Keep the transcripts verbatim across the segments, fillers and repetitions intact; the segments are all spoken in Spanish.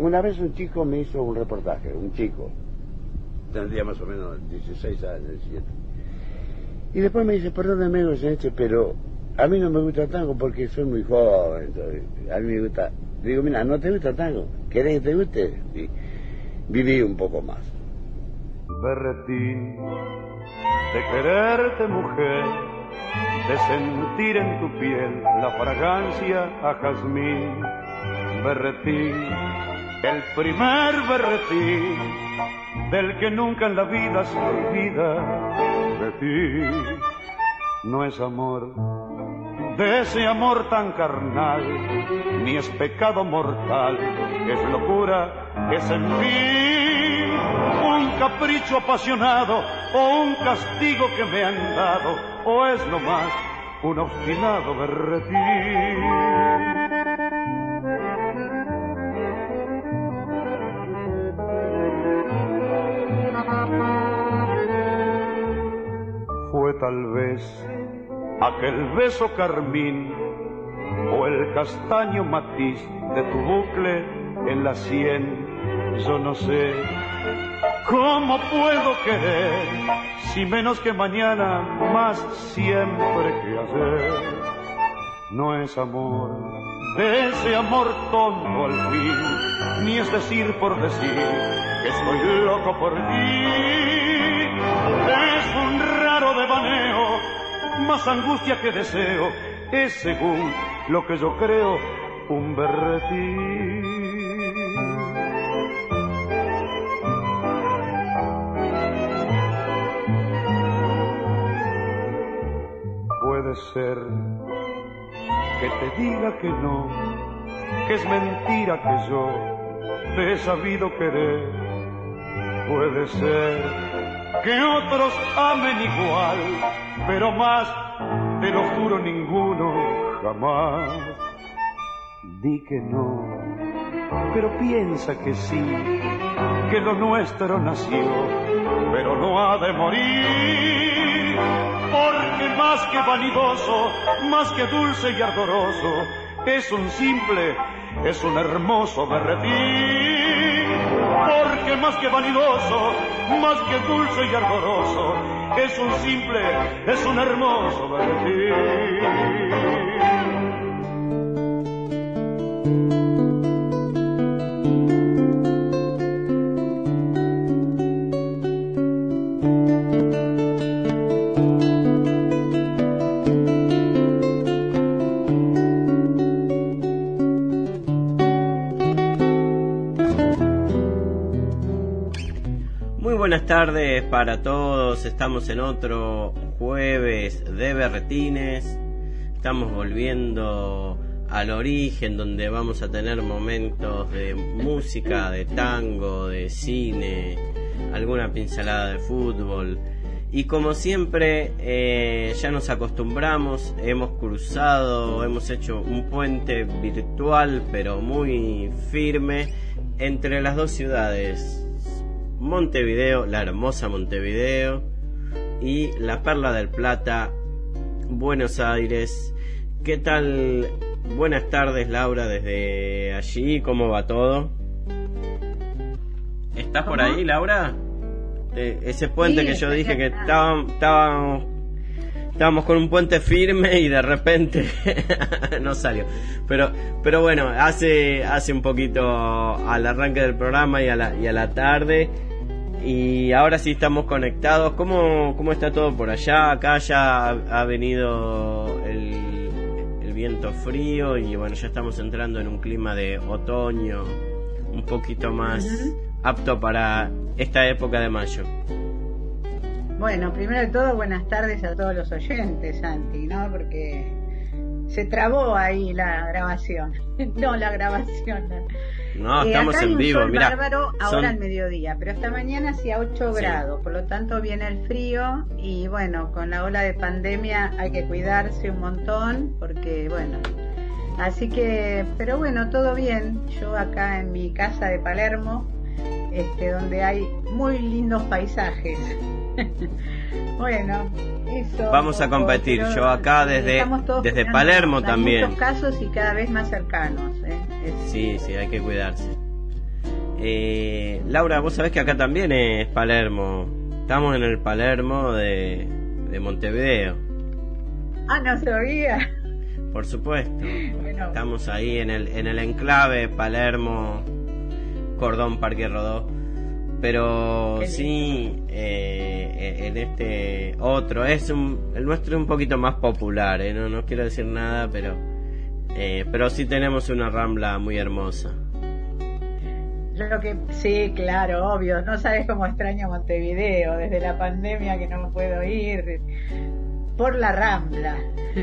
una vez un chico me hizo un reportaje, un chico, tendría más o menos dieciséis años, diecisiete. Y después me dice, perdóneme, Goyeneche, pero a mí no me gusta el tango porque soy muy joven. Entonces, a mí me gusta. Digo, mira, ¿no te gusta el tango? ¿Querés que te guste? Y viví un poco más. Berretín, de quererte, mujer, de sentir en tu piel la fragancia a jazmín. Berretín, el primer berretín, del que nunca en la vida se olvida de ti. No es amor, de ese amor tan carnal, ni es pecado mortal, es locura, es en fin un capricho apasionado, o un castigo que me han dado, o es nomás un obstinado berretín. Fue tal vez aquel beso carmín o el castaño matiz de tu bucle en la sien. Yo no sé cómo puedo querer si menos que mañana, más siempre que ayer. No es amor, de ese amor tonto al fin, ni es decir por decir que estoy loco por ti. Es un raro devaneo, más angustia que deseo, es según lo que yo creo un berretín. Puede ser que te diga que no, que es mentira que yo te he sabido querer. Puede ser que otros amen igual, pero más, te lo juro, ninguno jamás. Di que no, pero piensa que sí, que lo nuestro nació, pero no ha de morir, porque más que vanidoso, más que dulce y ardoroso, es un simple, es un hermoso berretín. Porque más que vanidoso, más que dulce y ardoroso, es un simple, es un hermoso berretín. Buenas tardes para todos, estamos en otro jueves de berretines, estamos volviendo al origen donde vamos a tener momentos de música, de tango, de cine, alguna pincelada de fútbol y como siempre eh, ya nos acostumbramos, hemos cruzado, hemos hecho un puente virtual pero muy firme entre las dos ciudades, Montevideo, la hermosa Montevideo, y la Perla del Plata, Buenos Aires. ¿Qué tal? Buenas tardes, Laura, desde allí, ¿cómo va todo? ¿Estás ¿Cómo? por ahí, Laura? Eh, ese puente sí, que yo dije que estábamos, estábamos, estábamos con un puente firme y de repente no salió. Pero, pero bueno, hace, hace un poquito al arranque del programa y a la, y a la tarde. Y ahora sí estamos conectados. ¿Cómo, cómo está todo por allá? Acá ya ha, ha venido el, el viento frío y bueno, ya estamos entrando en un clima de otoño un poquito más uh-huh. apto para esta época de mayo. Bueno, primero de todo, buenas tardes a todos los oyentes, Santi, ¿no? Porque se trabó ahí la grabación. No, la grabación. No, estamos eh, en vivo, mira. Bárbaro ahora son... al mediodía, pero esta mañana hacía ocho sí. grados, por lo tanto viene el frío y bueno, con la ola de pandemia hay que cuidarse un montón porque bueno, así que, pero bueno, todo bien. Yo acá en mi casa de Palermo, este, donde hay muy lindos paisajes. Bueno, eso. Vamos a competir. Yo acá desde desde Palermo también. En muchos casos y cada vez más cercanos. ¿eh? Es... Sí, sí, hay que cuidarse. Eh, Laura, vos sabés que acá también es Palermo. Estamos en el Palermo de, de Montevideo. Ah, no sabía. Por supuesto. Bueno. Estamos ahí en el, en el enclave Palermo, Cordón, Parque Rodó. Pero sí, eh, en este otro, es un, el nuestro es un poquito más popular, ¿eh? no, no quiero decir nada, pero, eh, pero sí tenemos una rambla muy hermosa. Lo que sí, claro, obvio. No sabes cómo extraño Montevideo desde la pandemia que no puedo ir por la Rambla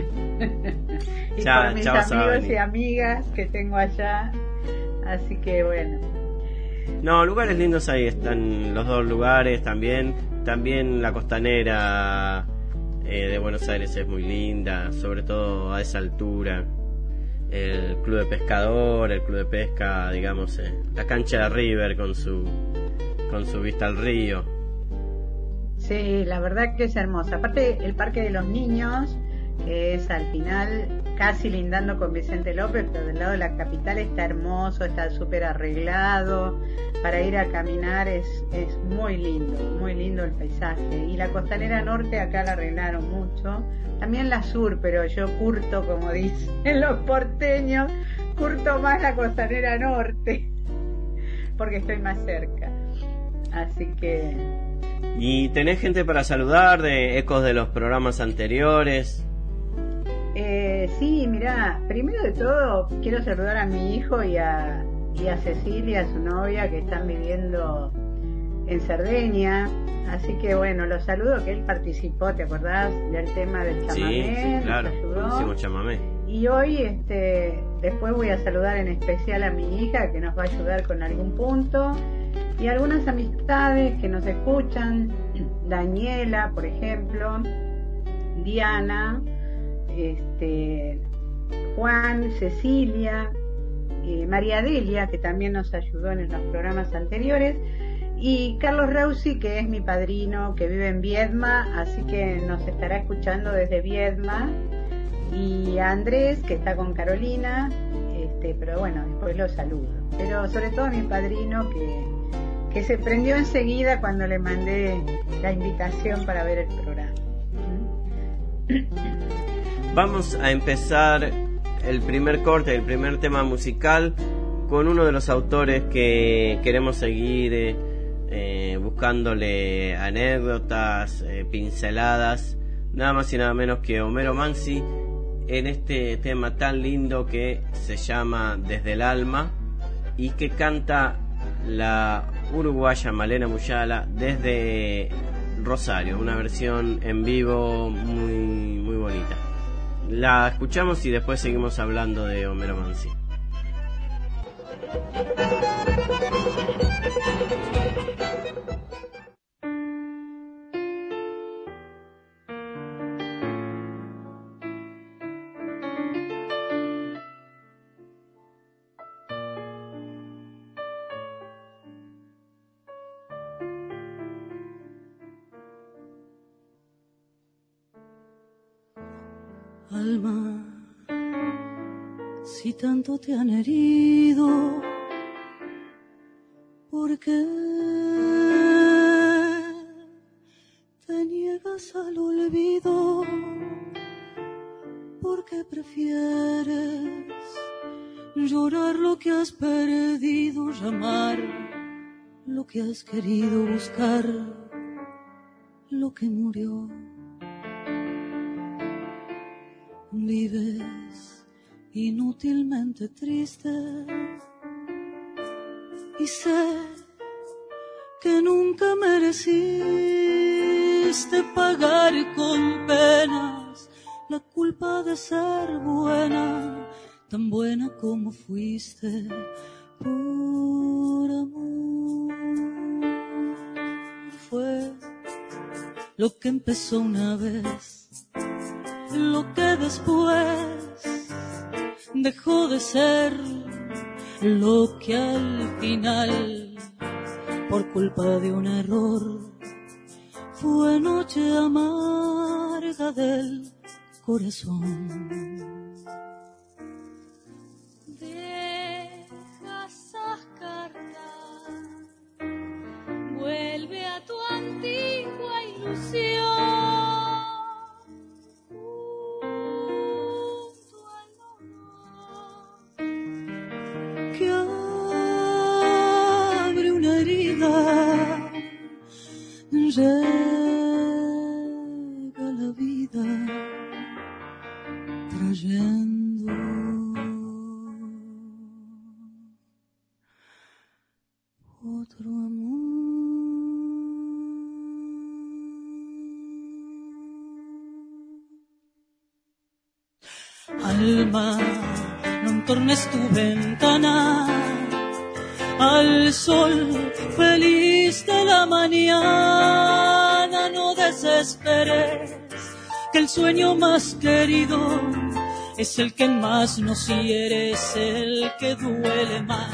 y ya, por mis ya amigos y amigas que tengo allá. Así que bueno. No, lugares lindos ahí están los dos lugares también. También la costanera eh, de Buenos Aires es muy linda, sobre todo a esa altura. El club de pescador, el club de pesca, digamos, eh, la cancha de River con su con su vista al río. Sí, la verdad que es hermosa. Aparte, el Parque de los Niños, que es al final casi lindando con Vicente López, pero del lado de la capital está hermoso, está súper arreglado. Para ir a caminar es, es muy lindo, muy lindo el paisaje. Y la costanera norte acá la arreglaron mucho. También la sur, pero yo curto, como dicen los porteños, curto más la costanera norte, porque estoy más cerca. Así que... ¿Y tenés gente para saludar de ecos de los programas anteriores? Eh, sí, mirá, primero de todo quiero saludar a mi hijo y a, y a Cecilia, su novia, que están viviendo en Cerdeña. Así que bueno, los saludo, que él participó, ¿te acordás? Del tema del chamamé. Sí, sí, claro, hicimos chamamé. Y hoy, este, después voy a saludar en especial a mi hija, que nos va a ayudar con algún punto, y algunas amistades que nos escuchan, Daniela, por ejemplo, Diana, este, Juan, Cecilia, eh, María Delia, que también nos ayudó en los programas anteriores, y Carlos Rausi, que es mi padrino, que vive en Viedma, así que nos estará escuchando desde Viedma, y a Andrés, que está con Carolina, este, pero bueno, después lo saludo. Pero sobre todo a mi padrino, que, que se prendió enseguida cuando le mandé la invitación para ver el programa. Vamos a empezar el primer corte, el primer tema musical, con uno de los autores que queremos seguir eh, eh, buscándole anécdotas, eh, pinceladas, nada más y nada menos que Homero Mansi, en este tema tan lindo que se llama Desde el Alma y que canta la uruguaya Malena Muyala desde Rosario, una versión en vivo muy, muy bonita. La escuchamos y después seguimos hablando de Homero Mansi. Alma, si tanto te han herido, ¿por qué te niegas al olvido? ¿Por qué prefieres llorar lo que has perdido, llamar lo que has querido, buscar lo que murió? Vives inútilmente triste y sé que nunca mereciste pagar con penas la culpa de ser buena, tan buena como fuiste por amor. Fue lo que empezó una vez, lo que después dejó de ser, lo que al final, por culpa de un error, fue noche amarga del corazón. Deja esas cartas llega la vida trayendo otro amor. Alma, no entornes tu ventana al sol feliz de la mañana. No desesperes, que el sueño más querido es el que más nos hiere, es el que duele más.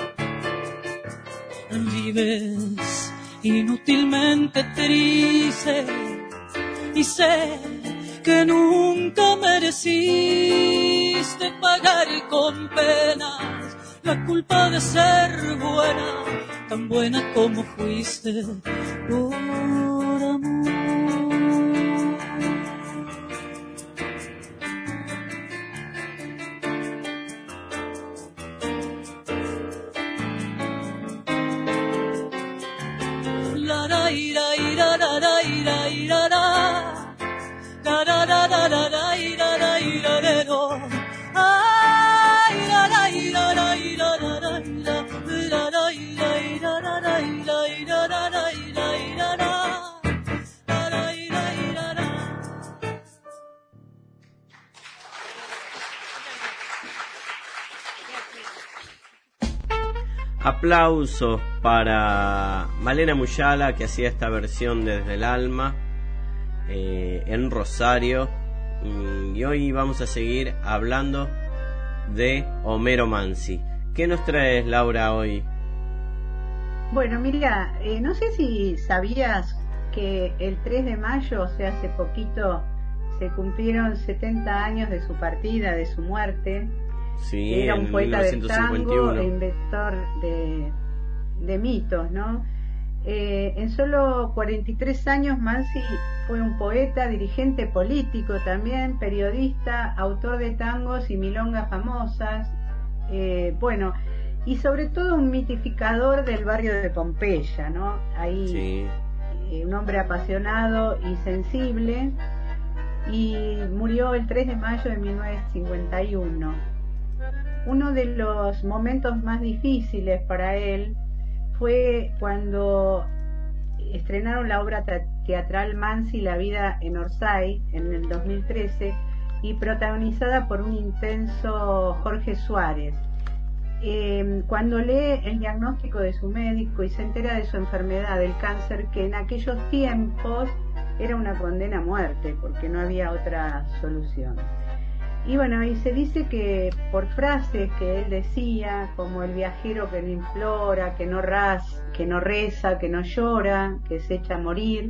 Vives inútilmente triste y sé que nunca mereciste pagar con penas la culpa de ser buena, tan buena como fuiste por amor. La ra ira ira ra ra ira ira ra. Da da da da da da ira ra ira re do. Ay ra ra ira ra ira ra ra ira ra ra ira ira ra ra ira ira ra ra ira ira ra ra ra ira ira ra. Aplausos para Malena Muyala, que hacía esta versión desde el alma. Eh, en Rosario, y hoy vamos a seguir hablando de Homero Mansi. ¿Qué nos traes, Laura, hoy? Bueno, mira, eh, no sé si sabías que el tres de mayo, o sea, hace poquito, se cumplieron setenta años de su partida, de su muerte. Sí, era un en poeta del mil novecientos cincuenta y uno. tango, inventor de, de mitos, ¿no? Eh, en solo cuarenta y tres años Mansi fue un poeta, dirigente político también, periodista, autor de tangos y milongas famosas, eh, bueno, y sobre todo un mitificador del barrio de Pompeya, ¿no? Ahí Sí. eh, un hombre apasionado y sensible, y murió el tres de mayo de mil novecientos cincuenta y uno. Uno de los momentos más difíciles para él fue cuando estrenaron la obra teatral Mansi, La vida en Orsay, en el dos mil trece, y protagonizada por un intenso Jorge Suárez. Eh, cuando lee el diagnóstico de su médico y se entera de su enfermedad, del cáncer, que en aquellos tiempos era una condena a muerte, porque no había otra solución. Y bueno, y se dice que por frases que él decía, como el viajero que no implora, que no, raz, que no reza, que no llora, que se echa a morir,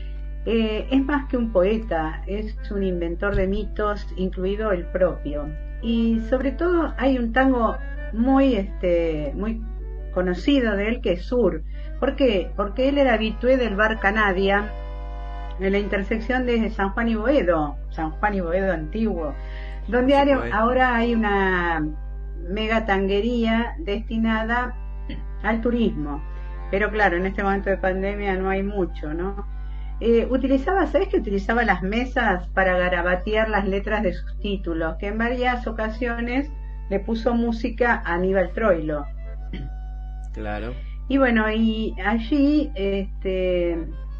eh, es más que un poeta, es un inventor de mitos, incluido el propio. Y sobre todo hay un tango muy, este, muy conocido de él, que es Sur. ¿Por qué? Porque él era habitué del bar Canadia, en la intersección de San Juan y Boedo, San Juan y Boedo antiguo, donde ahora hay una mega tanguería destinada al turismo, pero claro, en este momento de pandemia no hay mucho, ¿no? Eh, utilizaba, ¿sabes que utilizaba las mesas para garabatear las letras de sus títulos? Que en varias ocasiones le puso música a Aníbal Troilo. Claro. Y bueno, y allí, este,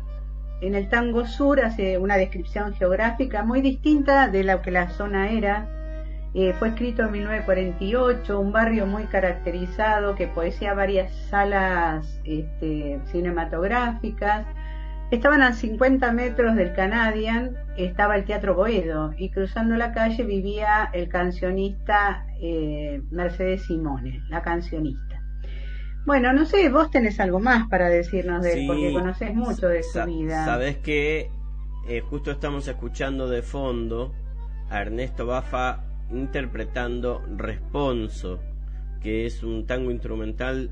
en el tango Sur hace una descripción geográfica muy distinta de lo que la zona era. Eh, fue escrito en mil novecientos cuarenta y ocho, un barrio muy caracterizado que poseía varias salas este, cinematográficas. Estaban a cincuenta metros del Canadian, estaba el Teatro Boedo, y cruzando la calle vivía el cancionista eh, Mercedes Simone, la cancionista. Bueno, no sé, vos tenés algo más para decirnos de él, sí, porque conocés mucho de su sa- vida. Sabés que eh, justo estamos escuchando de fondo a Ernesto Baffa interpretando Responso, que es un tango instrumental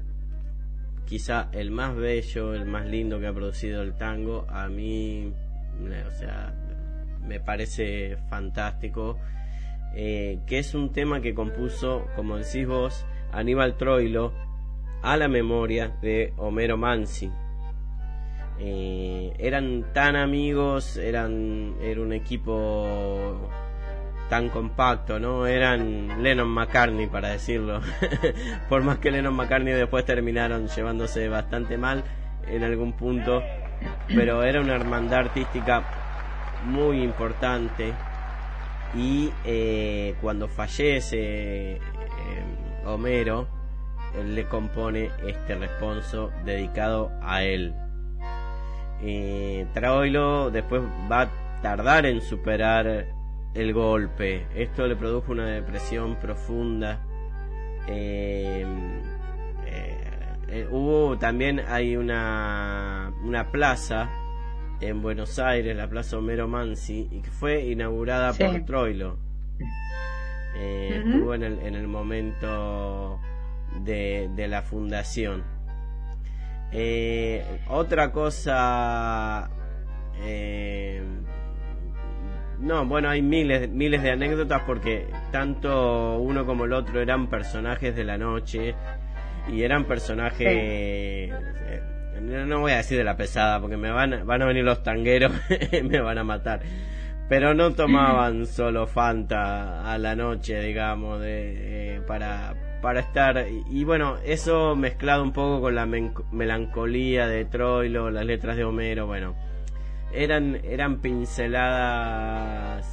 quizá el más bello, el más lindo que ha producido el tango. A mí, o sea, me parece fantástico, eh, que es un tema que compuso, como decís vos, Aníbal Troilo, a la memoria de Homero Mansi. Eh, eran tan amigos, eran era un equipo tan compacto, ¿no? Eran Lennon McCartney, para decirlo. Por más que Lennon McCartney después terminaron llevándose bastante mal en algún punto, pero era una hermandad artística muy importante. Y eh, cuando fallece eh, Homero, él le compone este responso dedicado a él. eh, Troilo después va a tardar en superar el golpe. Esto le produjo una depresión profunda. eh, eh, eh, hubo también hay una una plaza en Buenos Aires, la Plaza Homero Mansi, y que fue inaugurada sí. por Troilo. Eh, uh-huh. Estuvo en el, en el momento de, de la fundación. Eh, otra cosa, eh, no, bueno, hay miles, miles de anécdotas, porque tanto uno como el otro eran personajes de la noche, y eran personajes... Sí. Eh, no voy a decir de la pesada, porque me van, van a venir los tangueros y me van a matar. Pero no tomaban solo Fanta a la noche, digamos, de, eh, para, para estar... Y, y bueno, eso mezclado un poco con la men- melancolía de Troilo, las letras de Homero, bueno, eran, eran pinceladas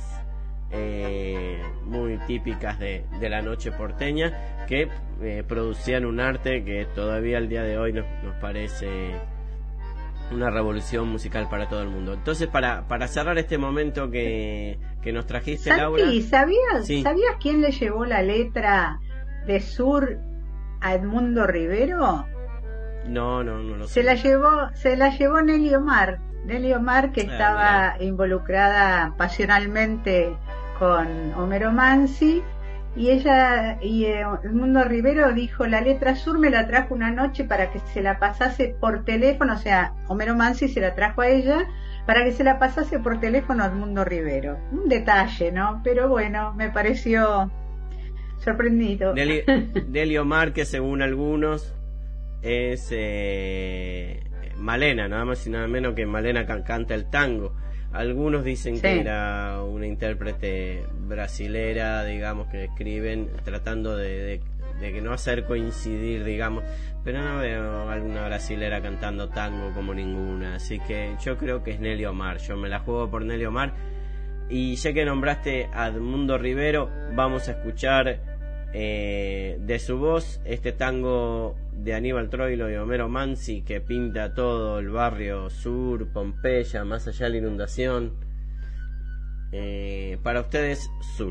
eh, muy típicas de, de la noche porteña, que eh, producían un arte que todavía al día de hoy nos, nos parece una revolución musical para todo el mundo. Entonces, para, para cerrar este momento que, que nos trajiste, Santi, Laura... ¿sabías, sí. ¿sabías quién le llevó la letra de Sur a Edmundo Rivero? No, no, no lo sé. Se la llevó, se la llevó Nelly Omar. Nelly Omar, que estaba ah, involucrada pasionalmente con Homero Mansi, y ella y eh, Edmundo Rivero dijo: la letra Sur me la trajo una noche para que se la pasase por teléfono, o sea, Homero Mansi se la trajo a ella para que se la pasase por teléfono a Edmundo Rivero. Un detalle, ¿no? Pero bueno, me pareció sorprendido. Nelly, Nelly Omar, que según algunos es eh, Malena, nada más y nada menos que Malena can- canta el tango. Algunos dicen sí. que era una intérprete brasilera, digamos, que escriben tratando de, de, de que no hacer coincidir, digamos, pero no veo alguna brasilera cantando tango como ninguna, así que yo creo que es Nelly Omar. Yo me la juego por Nelly Omar. Y ya que nombraste a Edmundo Rivero, vamos a escuchar eh, de su voz este tango de Aníbal Troilo y Homero Mansi, que pinta todo el barrio sur, Pompeya, más allá de la inundación. Eh, para ustedes, Sur.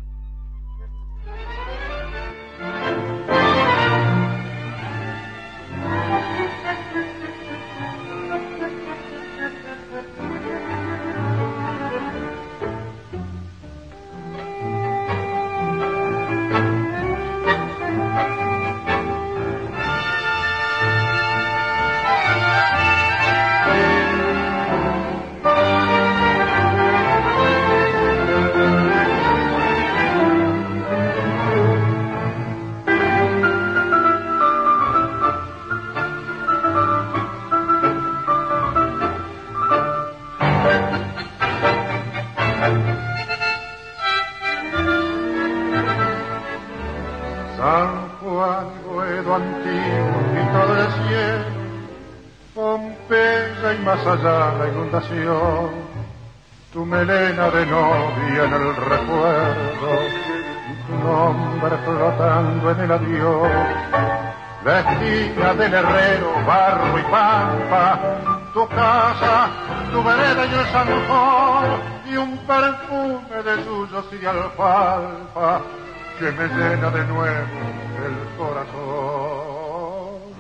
Más allá la inundación, tu melena de novia en el recuerdo, tu nombre flotando en el adiós, la esquina del herrero, barro y pampa, tu casa, tu vereda y el zanjón, y un perfume de suyos y de alfalfa que me llena de nuevo el corazón.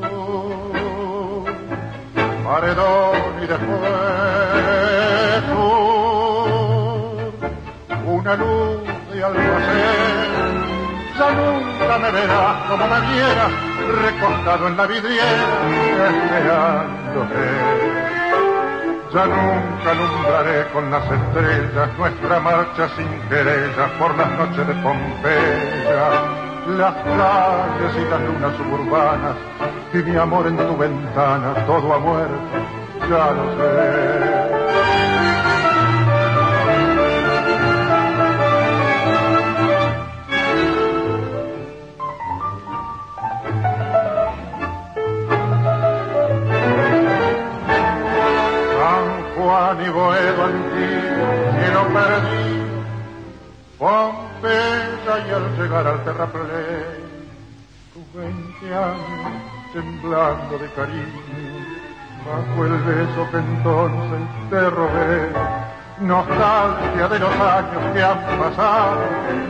Paredón y después tú, una luz de almacén, ya nunca me verás como me vieras, recostado en la vidriera, esperándote. Ya nunca alumbraré con las estrellas nuestra marcha sin querellas por las noches de Pompeya, las calles y las lunas suburbanas, y mi amor en tu ventana todo ha muerto, ya lo sé. Juan y Boedo antiguo, cielo perdido, Pompeya y al llegar al terraplén, tus veinte años temblando de cariño, bajo el beso que entonces te robé, nostalgia de los años que han pasado,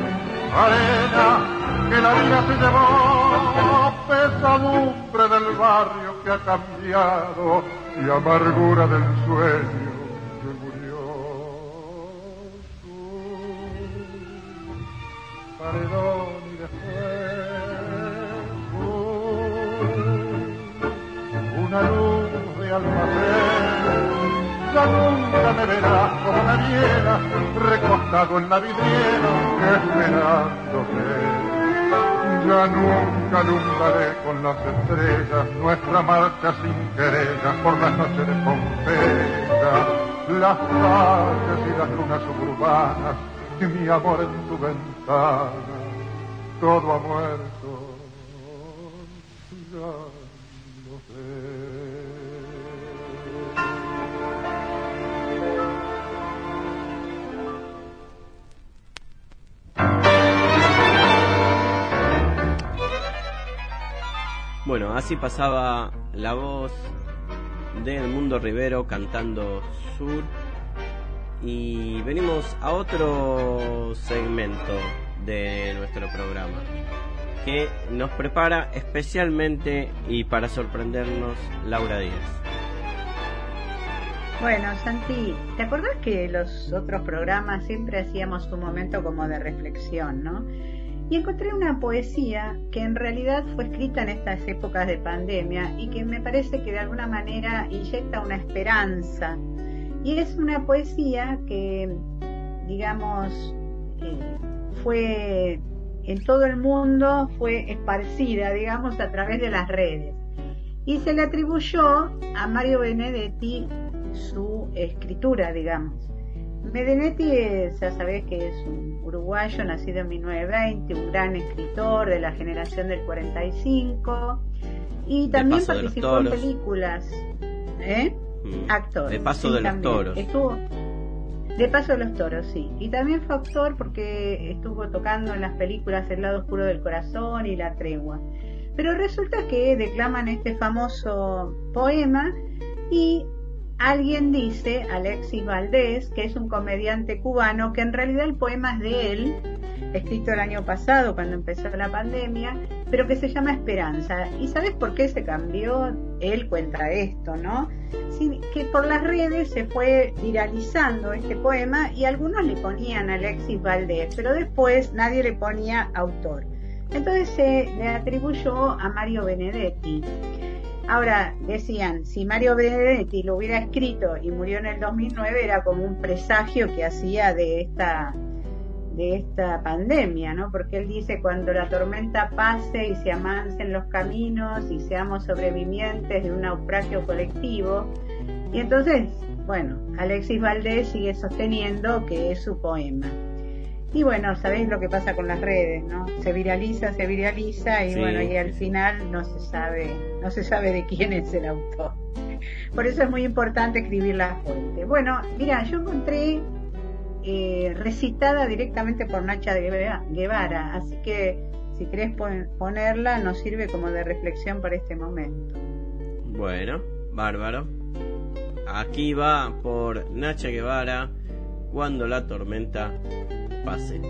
arena que la vida se llevó, pesadumbre del barrio que ha cambiado y amargura del sueño que murió. Tú, paredón y después tú, una luz de almacén. Ya nunca me verás como una viela recostado en la vidriera esperándote. Ya nunca alumbraré con las estrellas nuestra marcha sin querellas por las noches de Pompeya, las calles y las lunas suburbanas y mi amor en tu ventana. Todo ha muerto, ya lo sé. Bueno, así pasaba la voz de Edmundo Rivero cantando Sur. Y venimos a otro segmento de nuestro programa que nos prepara especialmente y para sorprendernos Laura Díaz. Bueno, Santi, ¿te acordás que los otros programas siempre hacíamos un momento como de reflexión, ¿no? Y encontré una poesía que en realidad fue escrita en estas épocas de pandemia y que me parece que de alguna manera inyecta una esperanza. Y es una poesía que, digamos, eh, fue en todo el mundo, fue esparcida, digamos, a través de las redes. Y se le atribuyó a Mario Benedetti su escritura, digamos. Benedetti, ya sabés que es un uruguayo nacido en mil novecientos veinte, un gran escritor de la generación del cuarenta y cinco, y también participó en películas, ¿eh? Mm. Actor. De Paso sí, de los también. Toros. Estuvo de Paso de los Toros, sí. Y también fue actor porque estuvo tocando en las películas El lado oscuro del corazón y La tregua. Pero resulta que declaman este famoso poema y alguien dice, Alexis Valdés, que es un comediante cubano, que en realidad el poema es de él, escrito el año pasado cuando empezó la pandemia, pero que se llama Esperanza. ¿Y sabes por qué se cambió? Él cuenta esto, ¿no? Sí, que por las redes se fue viralizando este poema y algunos le ponían Alexis Valdés, pero después nadie le ponía autor. Entonces se le atribuyó a Mario Benedetti. Ahora, decían, si Mario Benedetti lo hubiera escrito y murió en el dos mil nueve, era como un presagio que hacía de esta, de esta pandemia, ¿no? Porque él dice, cuando la tormenta pase y se amancen los caminos y seamos sobrevivientes de un naufragio colectivo. Y entonces, bueno, Alexis Valdés sigue sosteniendo que es su poema. Y bueno, sabéis lo que pasa con las redes, ¿no? Se viraliza, se viraliza y sí, bueno, y al final no se sabe, no se sabe de quién es el autor. Por eso es muy importante escribir la fuente. Bueno, mira, yo encontré eh, recitada directamente por Nacha Guevara, así que si querés ponerla nos sirve como de reflexión para este momento. Bueno, bárbaro. Aquí va por Nacha Guevara, Cuando la tormenta pase.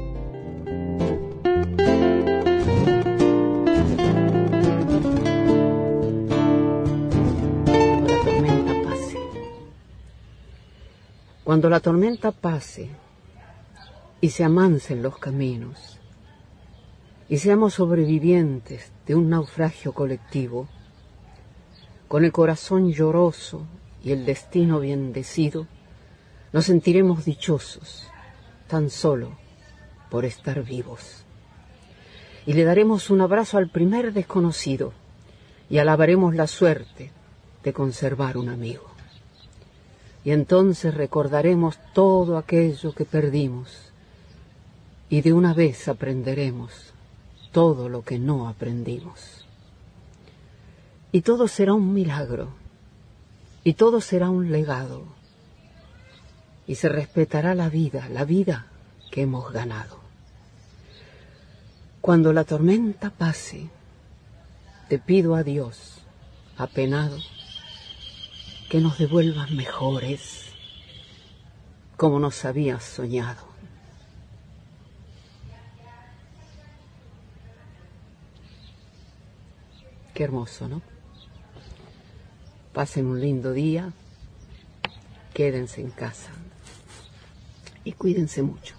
Cuando la tormenta pase y se amancen los caminos y seamos sobrevivientes de un naufragio colectivo, con el corazón lloroso y el destino bendecido, nos sentiremos dichosos tan solo por estar vivos. Y le daremos un abrazo al primer desconocido y alabaremos la suerte de conservar un amigo. y entonces recordaremos todo aquello que perdimos y de una vez aprenderemos todo lo que no aprendimos. Y todo será un milagro, y todo será un legado, y se respetará la vida, la vida que hemos ganado. Cuando la tormenta pase, te pido a Dios, apenado, que nos devuelvas mejores, como nos habías soñado. Qué hermoso, ¿no? Pasen un lindo día, quédense en casa y cuídense mucho.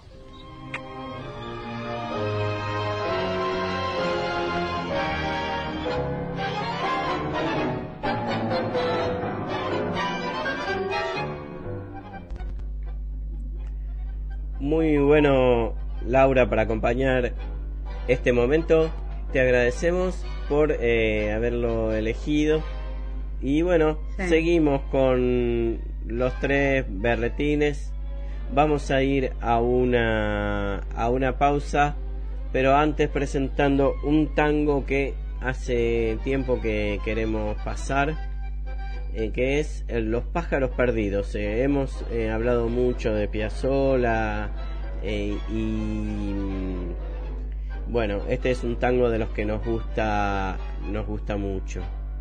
Muy bueno, Laura, para acompañar este momento. Te agradecemos por eh, haberlo elegido. Y bueno, sí. Seguimos con los tres berretines. Vamos a ir a una, a una pausa, pero antes presentando un tango que hace tiempo que queremos pasar. Eh, que es eh, Los pájaros perdidos. Eh, hemos eh, hablado mucho de Piazzolla eh, y bueno, este es un tango de los que nos gusta, nos gusta mucho.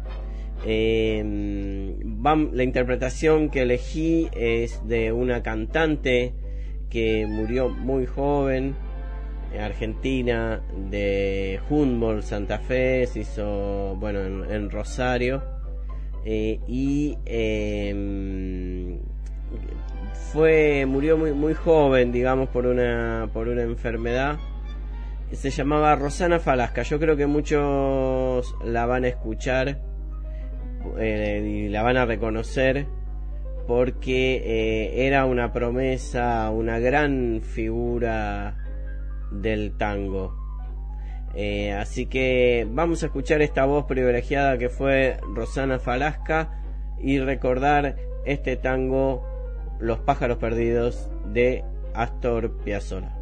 Eh, vam, la interpretación que elegí es de una cantante que murió muy joven, argentina, de Humboldt, Santa Fe, se hizo bueno en, en Rosario. Eh, y eh, fue murió muy muy joven, digamos, por una por una enfermedad. Se llamaba Rosana Falasca. Yo creo que muchos la van a escuchar eh, y la van a reconocer porque eh, era una promesa, una gran figura del tango. Eh, así que vamos a escuchar esta voz privilegiada que fue Rosana Falasca y recordar este tango Los pájaros perdidos de Astor Piazzolla.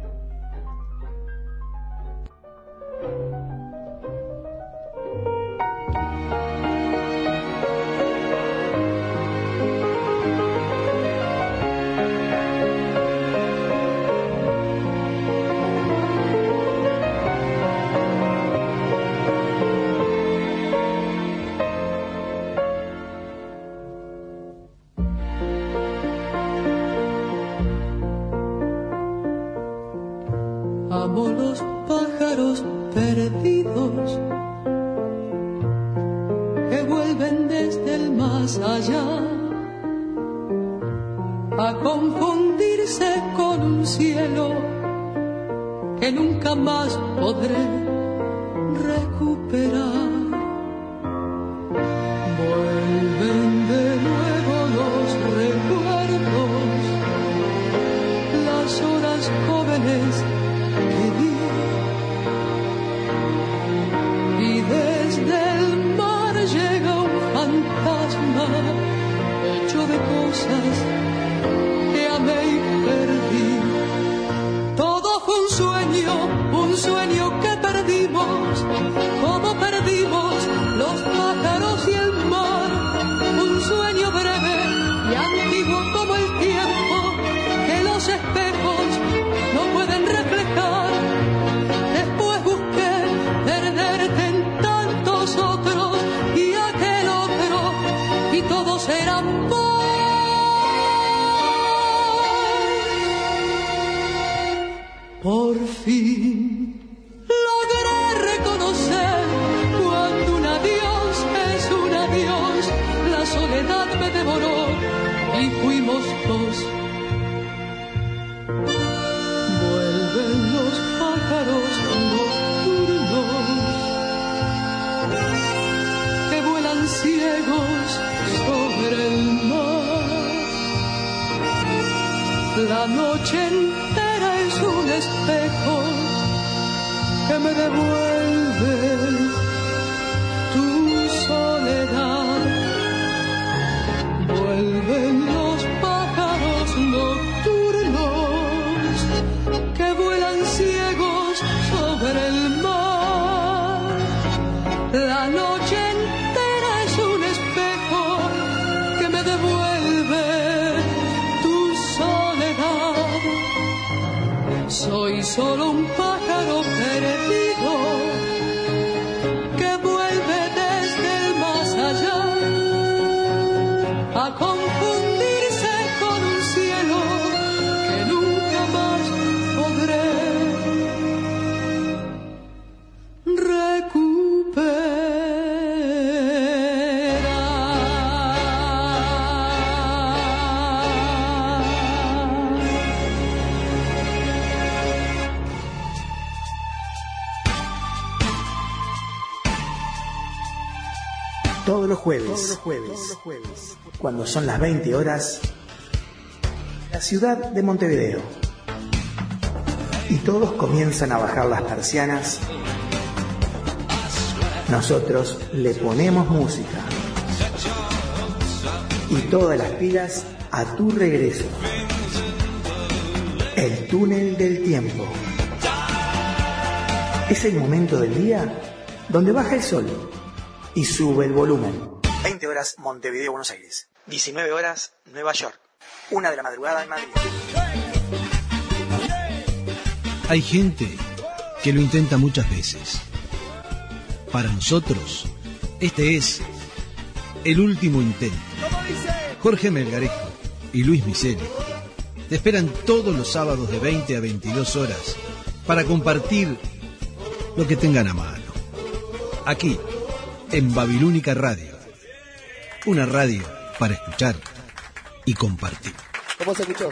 Amo los pájaros perdidos que vuelven desde el más allá a confundirse con un cielo que nunca más podré recuperar. Vuelven de nuevo los recuerdos, las horas jóvenes que di, y desde el mar llega un fantasma hecho de cosas que amé y perdí. Todo fue un sueño, un sueño que perdimos, como perdimos los pájaros y el mar. Un sueño breve y antiguo como el tiempo que los espejos no pueden reflejar. Después busqué perderte en tantos otros y aquel otro, y todos eran vos. Por fin logré reconocer cuando un adiós es un adiós. La soledad me devoró y fuimos dos. Vuelven los pájaros nocturnos que vuelan ciegos sobre el mar. La noche entera es un espejo que me devuelve tu soledad. Vuelven los Todos los jueves, todos los jueves, todos los jueves, cuando son las veinte horas, la ciudad de Montevideo. Y todos comienzan a bajar las persianas. Nosotros le ponemos música y todas las pilas a tu regreso. El túnel del tiempo. Es el momento del día donde baja el sol y sube el volumen. veinte horas Montevideo, Buenos Aires. diecinueve horas Nueva York. Una de la madrugada en Madrid. Hay gente que lo intenta muchas veces. Para nosotros, este es el último intento. Jorge Melgarejo y Luis Miseli te esperan todos los sábados de veinte a veintidós horas para compartir lo que tengan a mano. Aquí, en Babilónica Radio. Una radio para escuchar y compartir. ¿Cómo se escuchó?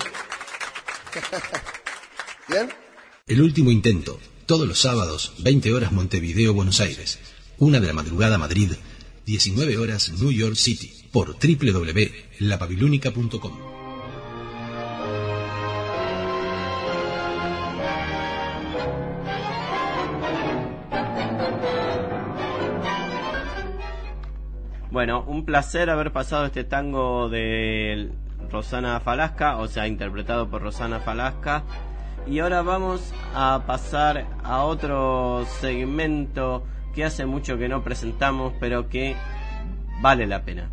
¿Bien? El último intento, todos los sábados, veinte horas Montevideo, Buenos Aires. Una de la madrugada Madrid, diecinueve horas New York City, por doble u doble u doble u punto la babilónica punto com. Bueno, un placer haber pasado este tango de Rosana Falasca, o sea, interpretado por Rosana Falasca. Y ahora vamos a pasar a otro segmento que hace mucho que no presentamos, pero que vale la pena.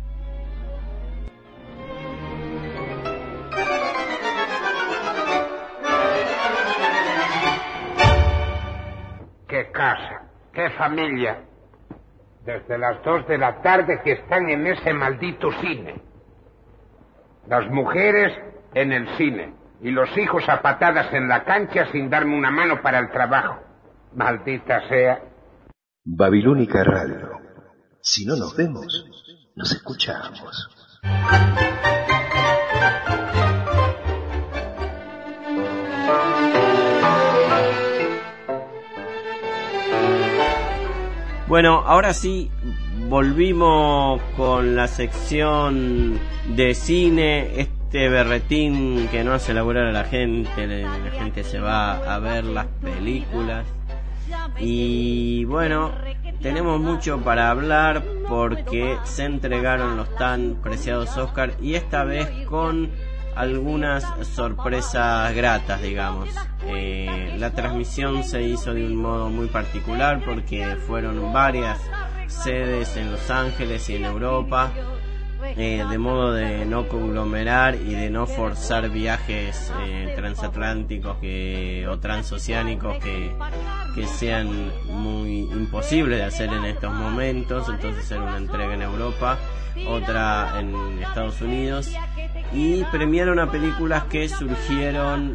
Qué casa, qué familia. Desde las dos de la tarde que están en ese maldito cine. Las mujeres en el cine y los hijos a patadas en la cancha sin darme una mano para el trabajo. Maldita sea. Babilónica Radio. Si no nos vemos, nos escuchamos. Bueno, ahora sí, volvimos con la sección de cine, este berretín que no hace laburar a la gente, la gente se va a ver las películas. Y bueno, tenemos mucho para hablar porque se entregaron los tan preciados Oscar y esta vez con algunas sorpresas gratas, digamos. Eh, la transmisión se hizo de un modo muy particular porque fueron varias sedes en Los Ángeles y en Europa, eh, de modo de no conglomerar y de no forzar viajes eh, transatlánticos que, o transoceánicos que, que sean muy imposibles de hacer en estos momentos. Entonces era una entrega en Europa, otra en Estados Unidos, y premiaron a películas que surgieron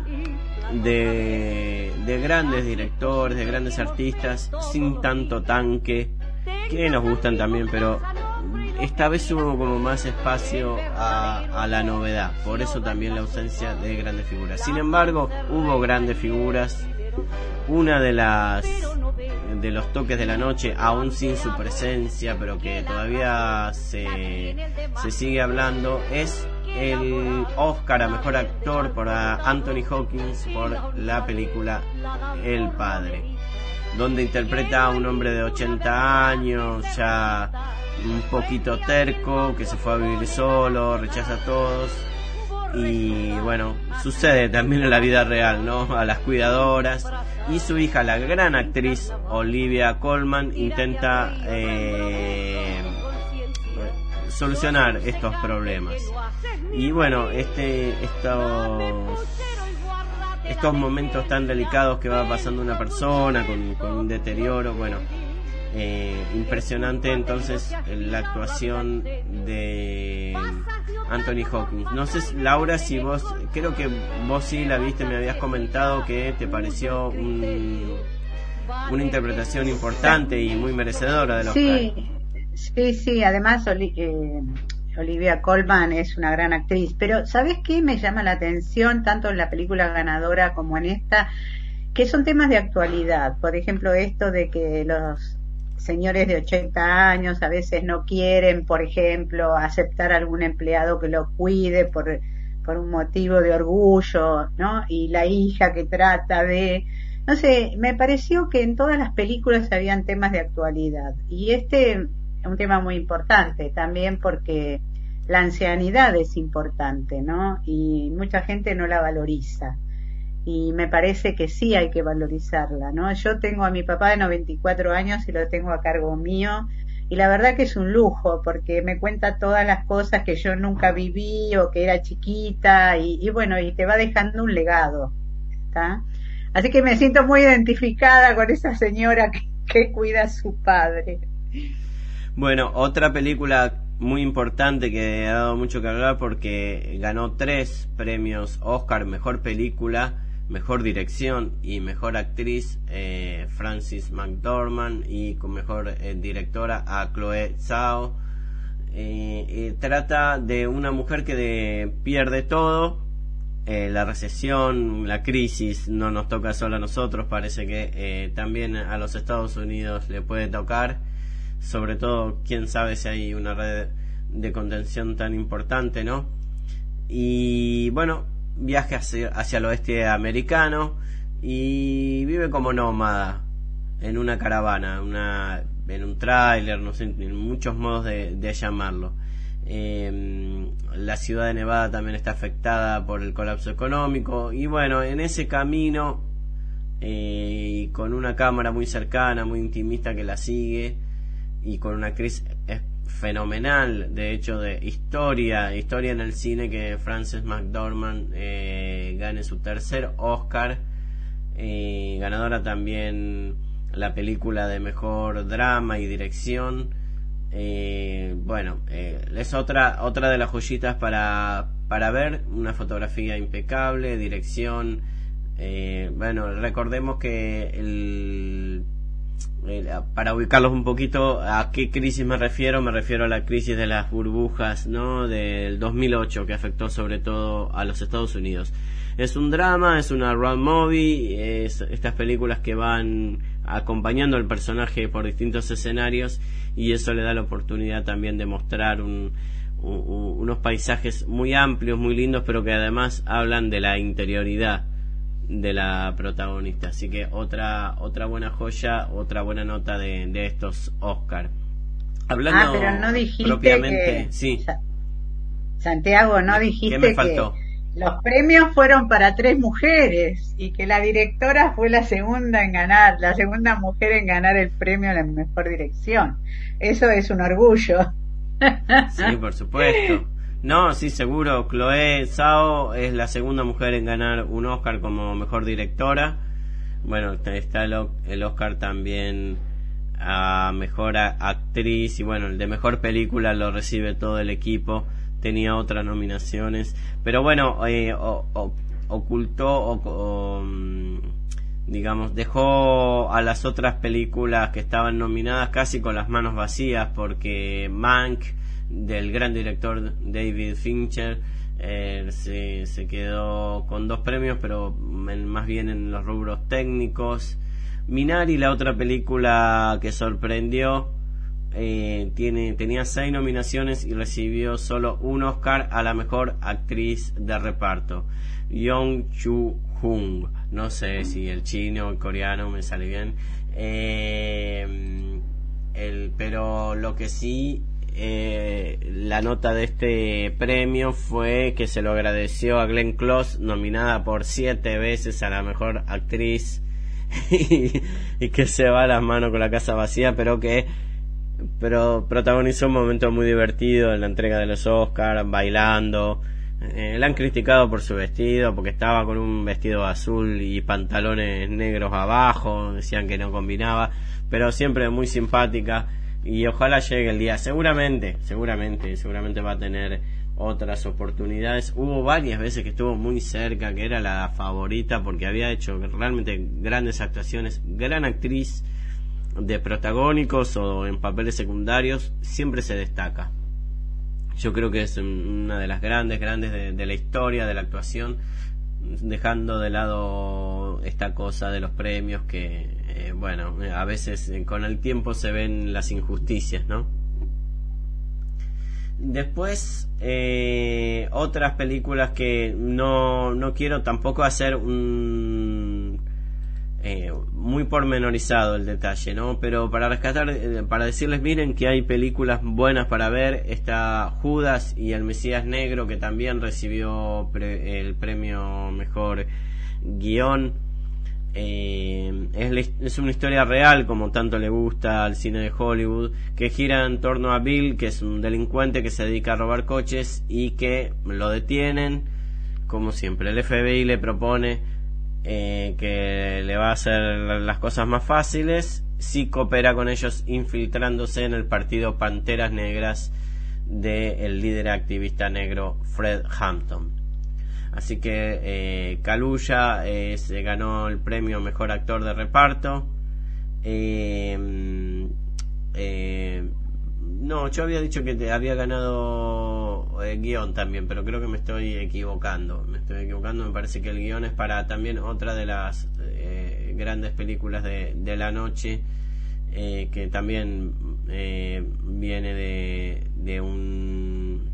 de, de grandes directores, de grandes artistas, sin tanto tanque, que nos gustan también, pero esta vez hubo como más espacio a, a la novedad, por eso también la ausencia de grandes figuras. Sin embargo, hubo grandes figuras. Una de las de los toques de la noche, aún sin su presencia, pero que todavía se, se sigue hablando, es el Oscar a Mejor Actor por Anthony Hopkins por la película El Padre, donde interpreta a un hombre de ochenta años, ya un poquito terco, que se fue a vivir solo, rechaza a todos. Y bueno, sucede también en la vida real, ¿no? A las cuidadoras. Y su hija, la gran actriz Olivia Colman, intenta eh, solucionar estos problemas. Y bueno, este estos estos momentos tan delicados que va pasando una persona con, con un deterioro, bueno, eh, impresionante entonces la actuación de Anthony Hopkins. No sé, Laura, si vos, creo que vos sí la viste, me habías comentado que te pareció un, una interpretación importante y muy merecedora de los Sí, sí, sí, además Oli, eh, Olivia Colman es una gran actriz, pero ¿sabes qué me llama la atención tanto en la película ganadora como en esta? Que son temas de actualidad, por ejemplo esto de que los señores de ochenta años a veces no quieren, por ejemplo, aceptar a algún empleado que lo cuide por, por un motivo de orgullo, ¿no? Y la hija que trata de... No sé, me pareció que en todas las películas habían temas de actualidad. Y este es un tema muy importante también porque la ancianidad es importante, ¿no? Y mucha gente no la valoriza. Y me parece que sí hay que valorizarla, ¿no? Yo tengo a mi papá de noventa y cuatro años y lo tengo a cargo mío, y la verdad que es un lujo, porque me cuenta todas las cosas que yo nunca viví o que era chiquita, y, y bueno, y te va dejando un legado, ¿está? Así que me siento muy identificada con esa señora que, que cuida a su padre. Bueno, otra película muy importante que ha dado mucho que hablar porque ganó tres premios Oscar: mejor película, mejor dirección y mejor actriz, eh, Frances McDormand, y con mejor eh, directora a Chloe Zhao. Eh, eh, trata de una mujer que de, pierde todo, eh, la recesión, la crisis no nos toca solo a nosotros, parece que eh, también a los Estados Unidos le puede tocar, sobre todo quién sabe si hay una red de contención tan importante, ¿no? Y bueno, viaje hacia, hacia el oeste americano y vive como nómada en una caravana, una, en un tráiler, no sé, en muchos modos de, de llamarlo. Eh, la ciudad de Nevada también está afectada por el colapso económico y bueno, en ese camino eh, y con una cámara muy cercana, muy intimista que la sigue y con una actriz fenomenal, de hecho, de historia historia en el cine, que Frances McDormand eh, gane su tercer Oscar, eh, ganadora también la película de mejor drama y dirección. Eh, bueno, eh, es otra otra de las joyitas para para ver, una fotografía impecable, dirección, eh, bueno, recordemos que el para ubicarlos un poquito, ¿a qué crisis me refiero? Me refiero a la crisis de las burbujas, ¿no? Del dos mil ocho, que afectó sobre todo a los Estados Unidos. Es un drama, es una road movie, es estas películas que van acompañando al personaje por distintos escenarios, y eso le da la oportunidad también de mostrar un, un, unos paisajes muy amplios, muy lindos, pero que además hablan de la interioridad de la protagonista. Así que otra otra buena joya, otra buena nota de, de estos Oscar. Hablando ah, pero no dijiste propiamente, que, sí. Santiago, no dijiste ¿Qué me faltó? Que los premios fueron para tres mujeres y que la directora fue la segunda en ganar, la segunda mujer en ganar el premio a la mejor dirección. Eso es un orgullo. Sí, por supuesto. No, sí, seguro. Chloe Zhao es la segunda mujer en ganar un Oscar como mejor directora. Bueno, está el, el Oscar también a mejor a, actriz, y bueno, el de mejor película lo recibe todo el equipo. Tenía otras nominaciones, pero bueno, eh, o, o, ocultó o, o digamos dejó a las otras películas que estaban nominadas casi con las manos vacías, porque Mank, del gran director David Fincher, eh, se, se quedó con dos premios, pero en, más bien en los rubros técnicos. Minari, la otra película que sorprendió, eh, tiene tenía seis nominaciones y recibió solo un Oscar a la mejor actriz de reparto. Yong Chu-hung, no sé si el chino o el coreano me sale bien, eh, el, pero lo que sí, Eh, la nota de este premio fue que se lo agradeció a Glenn Close, nominada por siete veces a la mejor actriz, y, y que se va a las manos con la casa vacía, pero que pero protagonizó un momento muy divertido en la entrega de los Oscars, bailando. Eh, la han criticado por su vestido, porque estaba con un vestido azul y pantalones negros abajo, decían que no combinaba, pero siempre muy simpática. Y ojalá llegue el día, seguramente, seguramente, seguramente va a tener otras oportunidades. Hubo varias veces que estuvo muy cerca, que era la favorita, porque había hecho realmente grandes actuaciones, gran actriz de protagónicos o en papeles secundarios, siempre se destaca. Yo creo que es una de las grandes, grandes de, de la historia de la actuación, dejando de lado bueno, esta cosa de los premios que, eh, bueno, a veces eh, con el tiempo se ven las injusticias, ¿no? Después, eh, otras películas que no, no quiero tampoco hacer un... Eh, muy pormenorizado el detalle, ¿no? Pero para rescatar, eh, para decirles, miren que hay películas buenas para ver. Está Judas y el Mesías Negro, que también recibió pre- el premio Mejor Guión. Eh, es, la, es una historia real, como tanto le gusta al cine de Hollywood, que gira en torno a Bill, que es un delincuente que se dedica a robar coches y que lo detienen. Como siempre, el F B I le propone Eh, que le va a hacer las cosas más fáciles si coopera con ellos, infiltrándose en el partido Panteras Negras del líder activista negro Fred Hampton. Así que eh, Kaluuya eh, se ganó el premio Mejor Actor de Reparto. eh, eh, no, yo había dicho que te había ganado eh, guión también, pero creo que me estoy equivocando. Me estoy equivocando, me parece que el guión es para también otra de las eh, grandes películas de, de la noche, eh, que también eh, viene de, de un,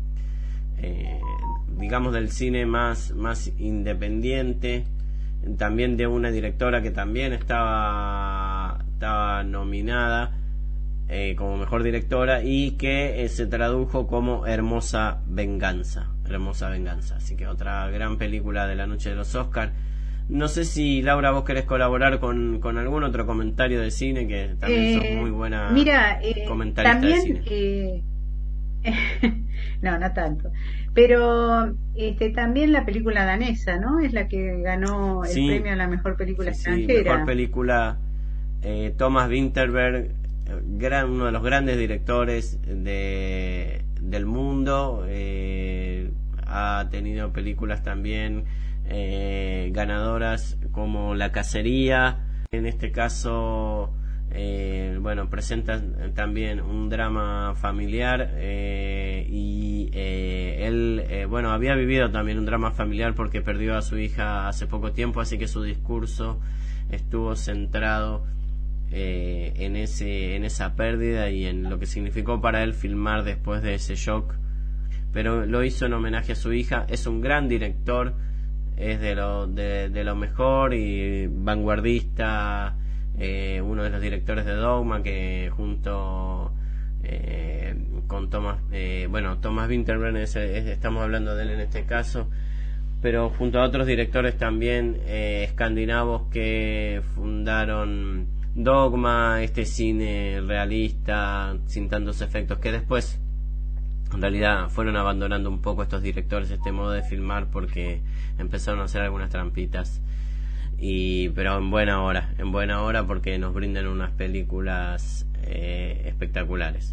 eh, digamos, del cine más, más independiente, también de una directora que también estaba, estaba nominada Eh, como mejor directora y que eh, se tradujo como Hermosa Venganza. Hermosa Venganza. Así que otra gran película de la noche de los Oscars. No sé si, Laura, vos querés colaborar con, con algún otro comentario de cine, que también eh, sos muy buena mira, eh, comentarista también, de cine. Eh, no, no tanto. Pero este, también la película danesa, ¿no? Es la que ganó el sí, premio a la mejor película sí, extranjera. Sí, mejor película. eh, Thomas Vinterberg, gran, uno de los grandes directores de, del mundo, eh, ha tenido películas también eh, ganadoras como La Cacería. En este caso, eh, bueno, presenta también un drama familiar, eh, y eh, él, eh, bueno, había vivido también un drama familiar porque perdió a su hija hace poco tiempo, así que su discurso estuvo centrado Eh, en ese en esa pérdida y en lo que significó para él filmar después de ese shock, pero lo hizo en homenaje a su hija. Es un gran director, es de lo de, de lo mejor y vanguardista, eh, uno de los directores de Dogma, que junto eh, con Thomas eh, bueno Thomas Vinterberg es, es, estamos hablando de él en este caso, pero junto a otros directores también eh, escandinavos que fundaron Dogma, este cine realista sin tantos efectos, que después en realidad fueron abandonando un poco estos directores este modo de filmar porque empezaron a hacer algunas trampitas, y pero en buena hora, en buena hora porque nos brindan unas películas eh, espectaculares.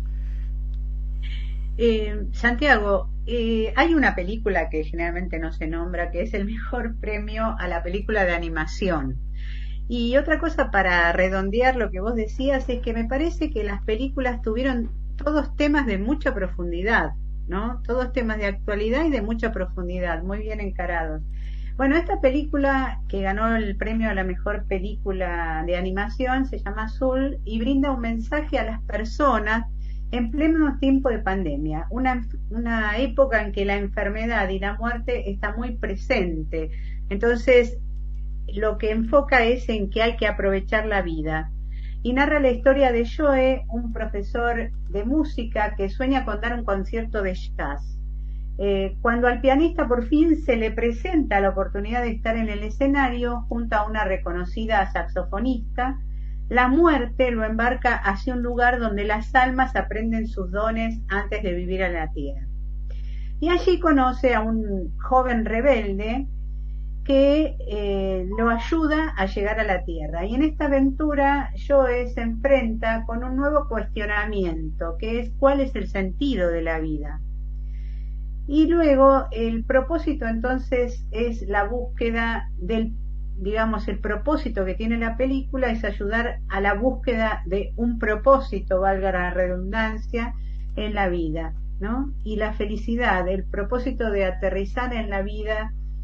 Eh, Santiago, eh, hay una película que generalmente no se nombra, que es el mejor premio a la película de animación. Y otra cosa para redondear lo que vos decías es que me parece que las películas tuvieron todos temas de mucha profundidad, ¿no? Todos temas de actualidad y de mucha profundidad, muy bien encarados. Bueno, esta película que ganó el premio a la mejor película de animación se llama Azul y brinda un mensaje a las personas en pleno tiempo de pandemia, una, una época en que la enfermedad y la muerte está muy presente. Entonces, lo que enfoca es en que hay que aprovechar la vida. Y narra la historia de Joe, un profesor de música que sueña con dar un concierto de jazz. Eh, cuando al pianista por fin se le presenta la oportunidad de estar en el escenario junto a una reconocida saxofonista, la muerte lo embarca hacia un lugar donde las almas aprenden sus dones antes de vivir en la tierra. Y allí conoce a un joven rebelde que eh, lo ayuda a llegar a la tierra. Y en esta aventura Joe se enfrenta con un nuevo cuestionamiento, que es cuál es el sentido de la vida. Y luego el propósito entonces es la búsqueda del, digamos, el propósito que tiene la película es ayudar a la búsqueda de un propósito, valga la redundancia, en la vida, ¿no? Y la felicidad, el propósito de aterrizar en la vida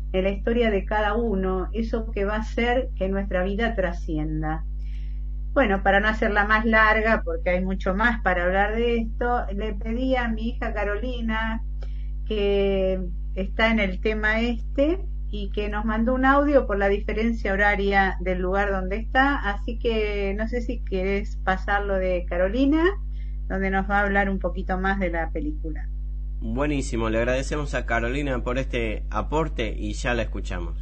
en la historia de cada uno, eso que va a hacer que nuestra vida trascienda. Bueno, para no hacerla más larga, porque hay mucho más para hablar de esto, le pedí a mi hija Carolina, que está en el tema este, y que nos mandó un audio por la diferencia horaria del lugar donde está, así que no sé si querés pasarlo de Carolina, donde nos va a hablar un poquito más de la película. Buenísimo, le agradecemos a Carolina por este aporte y ya la escuchamos.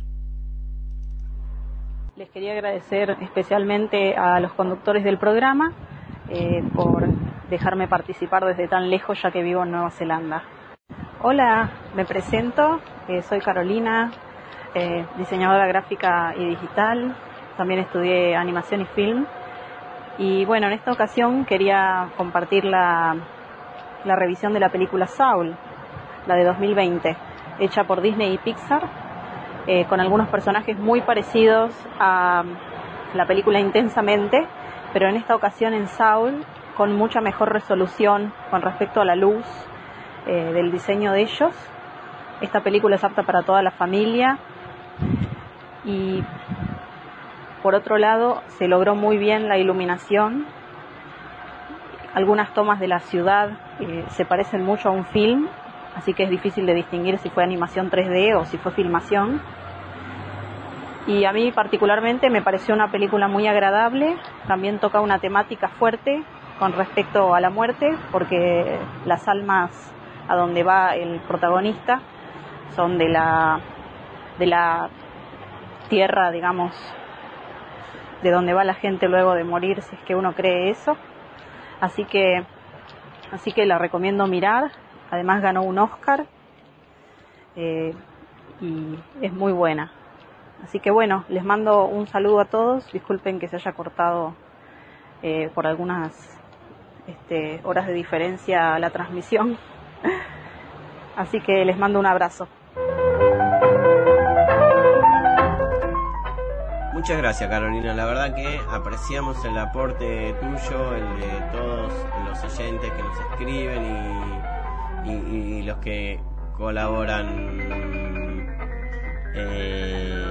Les quería agradecer especialmente a los conductores del programa eh, por dejarme participar desde tan lejos, ya que vivo en Nueva Zelanda. Hola, me presento, eh, soy Carolina, eh, diseñadora gráfica y digital, también estudié animación y film, y bueno, en esta ocasión quería compartir la, la revisión de la película Soul, la de dos mil veinte, hecha por Disney y Pixar, eh, con algunos personajes muy parecidos a la película Intensamente, pero en esta ocasión en Soul con mucha mejor resolución con respecto a la luz, Eh, del diseño de ellos. Esta película es apta para toda la familia y por otro lado se logró muy bien la iluminación. Algunas tomas de la ciudad eh, se parecen mucho a un film, así que es difícil de distinguir si fue animación tres D o si fue filmación. Y a mí particularmente me pareció una película muy agradable. También toca una temática fuerte con respecto a la muerte, porque las almas a donde va el protagonista son de la de la tierra, digamos, de donde va la gente luego de morir, si es que uno cree eso. Así que así que la recomiendo mirar. Además ganó un Oscar eh, y es muy buena. Así que bueno, les mando un saludo a todos. Disculpen que se haya cortado eh, por algunas este, horas de diferencia la transmisión. Así que les mando un abrazo. Muchas gracias, Carolina. La verdad que apreciamos el aporte tuyo, el de todos los oyentes que nos escriben y, y, y los que colaboran eh,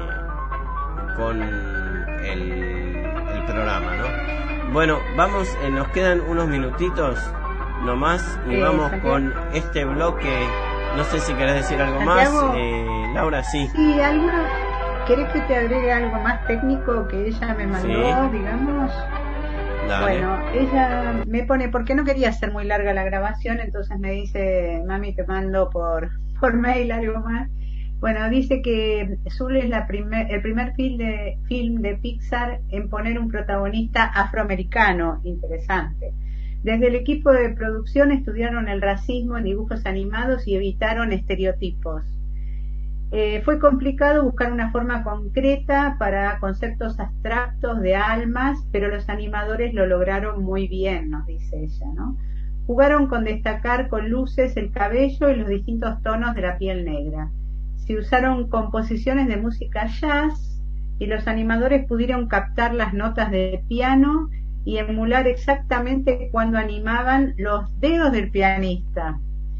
con el, el programa, ¿no? Bueno, vamos, eh, nos quedan unos minutitos nomás y eh, vamos Santiago. Con este bloque. No sé si querés decir algo Santiago, más, eh, Laura, sí. Sí, algo. ¿Querés que te agregue algo más técnico que ella me mandó, sí, digamos? Dale. Bueno, ella me pone, porque no quería hacer muy larga la grabación, entonces me dice, mami, te mando por por mail algo más. Bueno, dice que Soul es la primer, el primer film de, film de Pixar en poner un protagonista afroamericano. Interesante. Desde el equipo de producción estudiaron el racismo en dibujos animados y evitaron estereotipos. Eh, fue complicado buscar una forma concreta para conceptos abstractos de almas, pero los animadores lo lograron muy bien, nos dice ella, ¿no? Jugaron con destacar con luces el cabello y los distintos tonos de la piel negra. Se usaron composiciones de música jazz y los animadores pudieron captar las notas de piano y emular exactamente cuando animaban los dedos del pianista.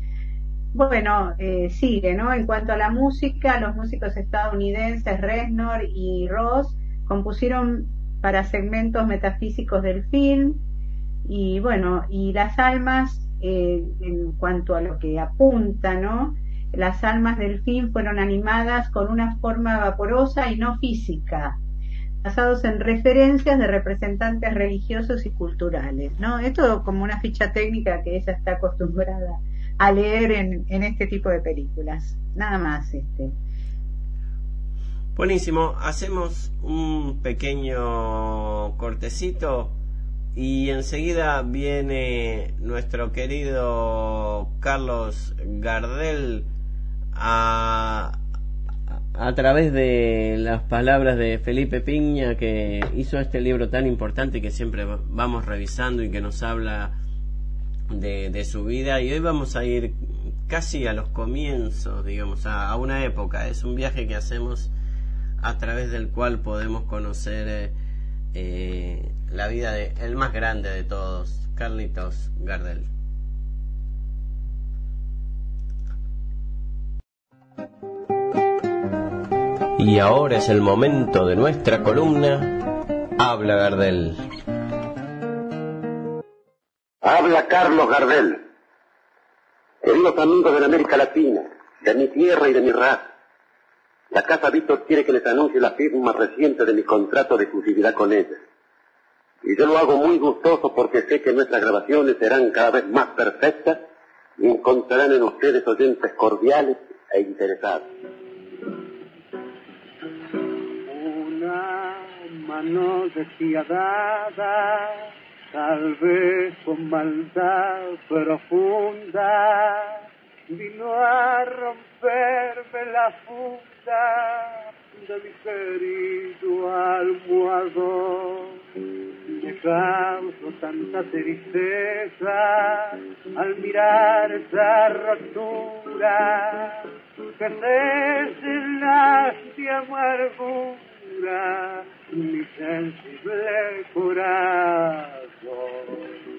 Bueno, eh, sigue, ¿no? En cuanto a la música, los músicos estadounidenses Reznor y Ross compusieron para segmentos metafísicos del film y bueno, y las almas, eh, en cuanto a lo que apunta, ¿no? Las almas del film fueron animadas con una forma vaporosa y no física, basados en referencias de representantes religiosos y culturales, ¿no? Esto como una ficha técnica que ella está acostumbrada a leer en, en este tipo de películas. Nada más. este Buenísimo. Hacemos un pequeño cortecito y enseguida viene nuestro querido Carlos Gardel a, a través de las palabras de Felipe Piña, que hizo este libro tan importante que siempre vamos revisando y que nos habla De, de su vida, y hoy vamos a ir casi a los comienzos, digamos, a, a una época. Es un viaje que hacemos a través del cual podemos conocer eh, eh, la vida de el más grande de todos, Carlitos Gardel. Y ahora es el momento de nuestra columna Habla Gardel. Habla Carlos Gardel. Queridos amigos de la América Latina, de mi tierra y de mi raza, la Casa Víctor quiere que les anuncie la firma reciente de mi contrato de exclusividad con ella. Y yo lo hago muy gustoso porque sé que nuestras grabaciones serán cada vez más perfectas y encontrarán en ustedes oyentes cordiales e interesados. Una mano despiadada, tal vez con maldad profunda, vino a romperme la funda de mi querido almohadón. Me causo tanta tristeza al mirar esa rotura que se llena de amargura mi sensible corazón.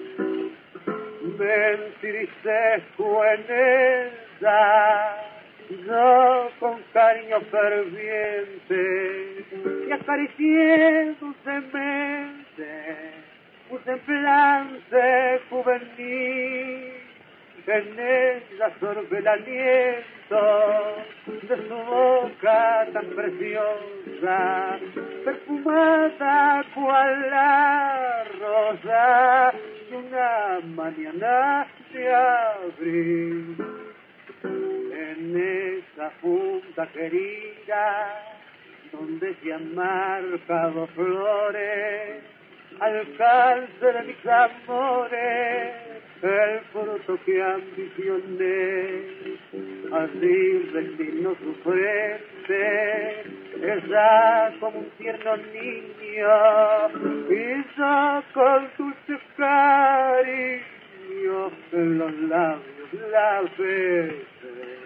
Me entristezco en ella, yo con cariño ferviente y acaricié dulcemente un semblante juvenil. En ella sorbe el aliento de su boca tan preciosa, perfumada cual la rosa de una mañana de abril. En esa punta querida, donde se han marcado flores, alcance de mis amores, el fruto que ambicioné, así reclino su frente, ella como un tierno niño, y yo con dulce cariño en los labios la besé.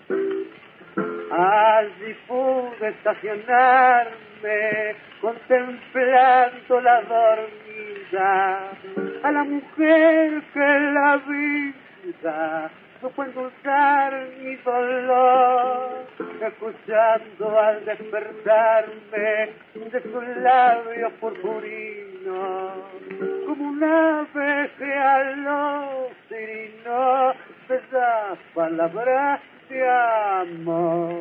Allí pude estacionarme, contemplando la dormida, a la mujer que la vida supo endulzar mi dolor, escuchando al despertarme de sus labios purpurinos, como un ave que a los sirinos besas palabras de amor.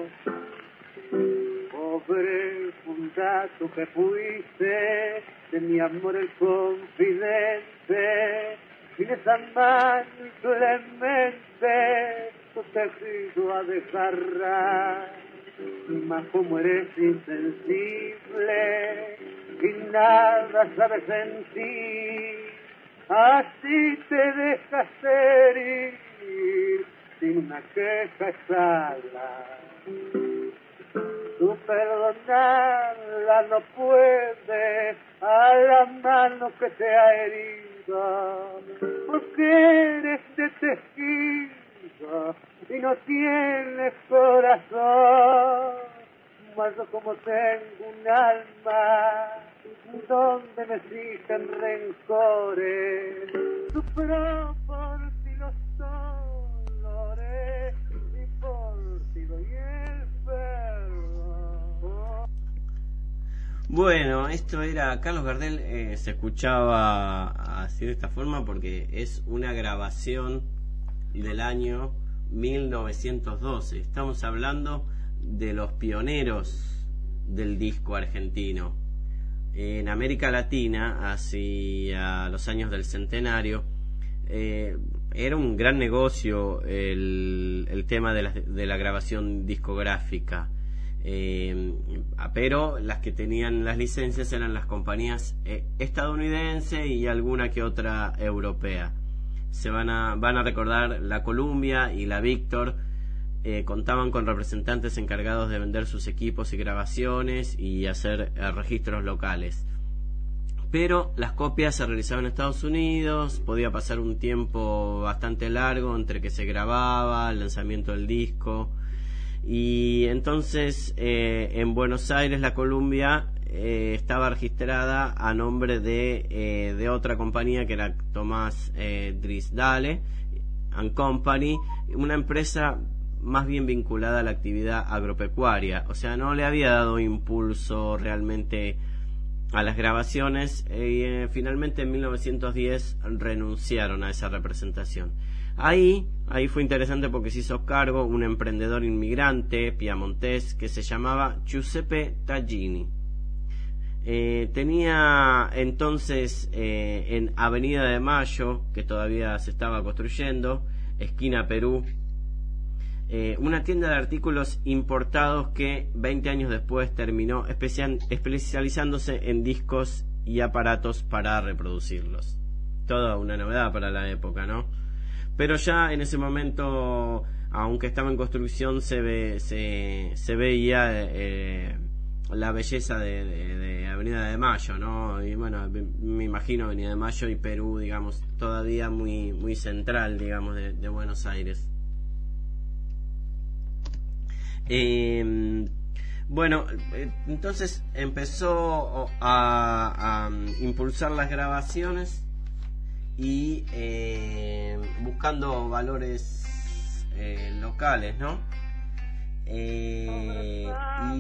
Pobre fundato que fuiste, de mi amor el confidente, sin esa mano inclemente, tu tejido a desgarrar. Mas como eres insensible y nada sabes sentir, así te dejas herir sin una queja exhala. Tú perdonarla no puedes a la mano que te ha herido, porque eres de tejido y no tienes corazón. Mas yo como tengo un alma donde me siguen rencores, sufro por ti los dolores y por ti doy el perdón. Bueno, esto era Carlos Gardel, eh, se escuchaba así de esta forma porque es una grabación del año mil novecientos doce. Estamos hablando de los pioneros del disco argentino. En América Latina, hacia los años del centenario, eh, era un gran negocio el, el tema de la, de la grabación discográfica. Eh, pero las que tenían las licencias eran las compañías eh, estadounidenses y alguna que otra europea. Se van a, van a recordar la Columbia y la Victor eh, contaban con representantes encargados de vender sus equipos y grabaciones y hacer eh, registros locales. Pero las copias se realizaban en Estados Unidos, podía pasar un tiempo bastante largo entre que se grababa, el lanzamiento del disco. Y entonces eh, en Buenos Aires la Columbia eh, estaba registrada a nombre de, eh, de otra compañía que era Tomás eh, Drisdale and Company, una empresa más bien vinculada a la actividad agropecuaria, o sea, no le había dado impulso realmente a las grabaciones y eh, finalmente en mil novecientos diez renunciaron a esa representación. Ahí, ahí fue interesante porque se hizo cargo un emprendedor inmigrante piamontés que se llamaba Giuseppe Taggini. Eh, tenía entonces eh, en Avenida de Mayo, que todavía se estaba construyendo, esquina Perú, eh, una tienda de artículos importados que veinte años después terminó especial, especializándose en discos y aparatos para reproducirlos. Toda una novedad para la época, ¿no? Pero ya en ese momento, aunque estaba en construcción, se ve, se, se veía eh, la belleza de, de, de Avenida de Mayo, ¿no? Y bueno, me imagino Avenida de Mayo y Perú, digamos, todavía muy, muy central, digamos, de, de Buenos Aires. Eh, bueno, entonces empezó a, a impulsar las grabaciones y eh, buscando valores eh, locales, ¿no? Eh,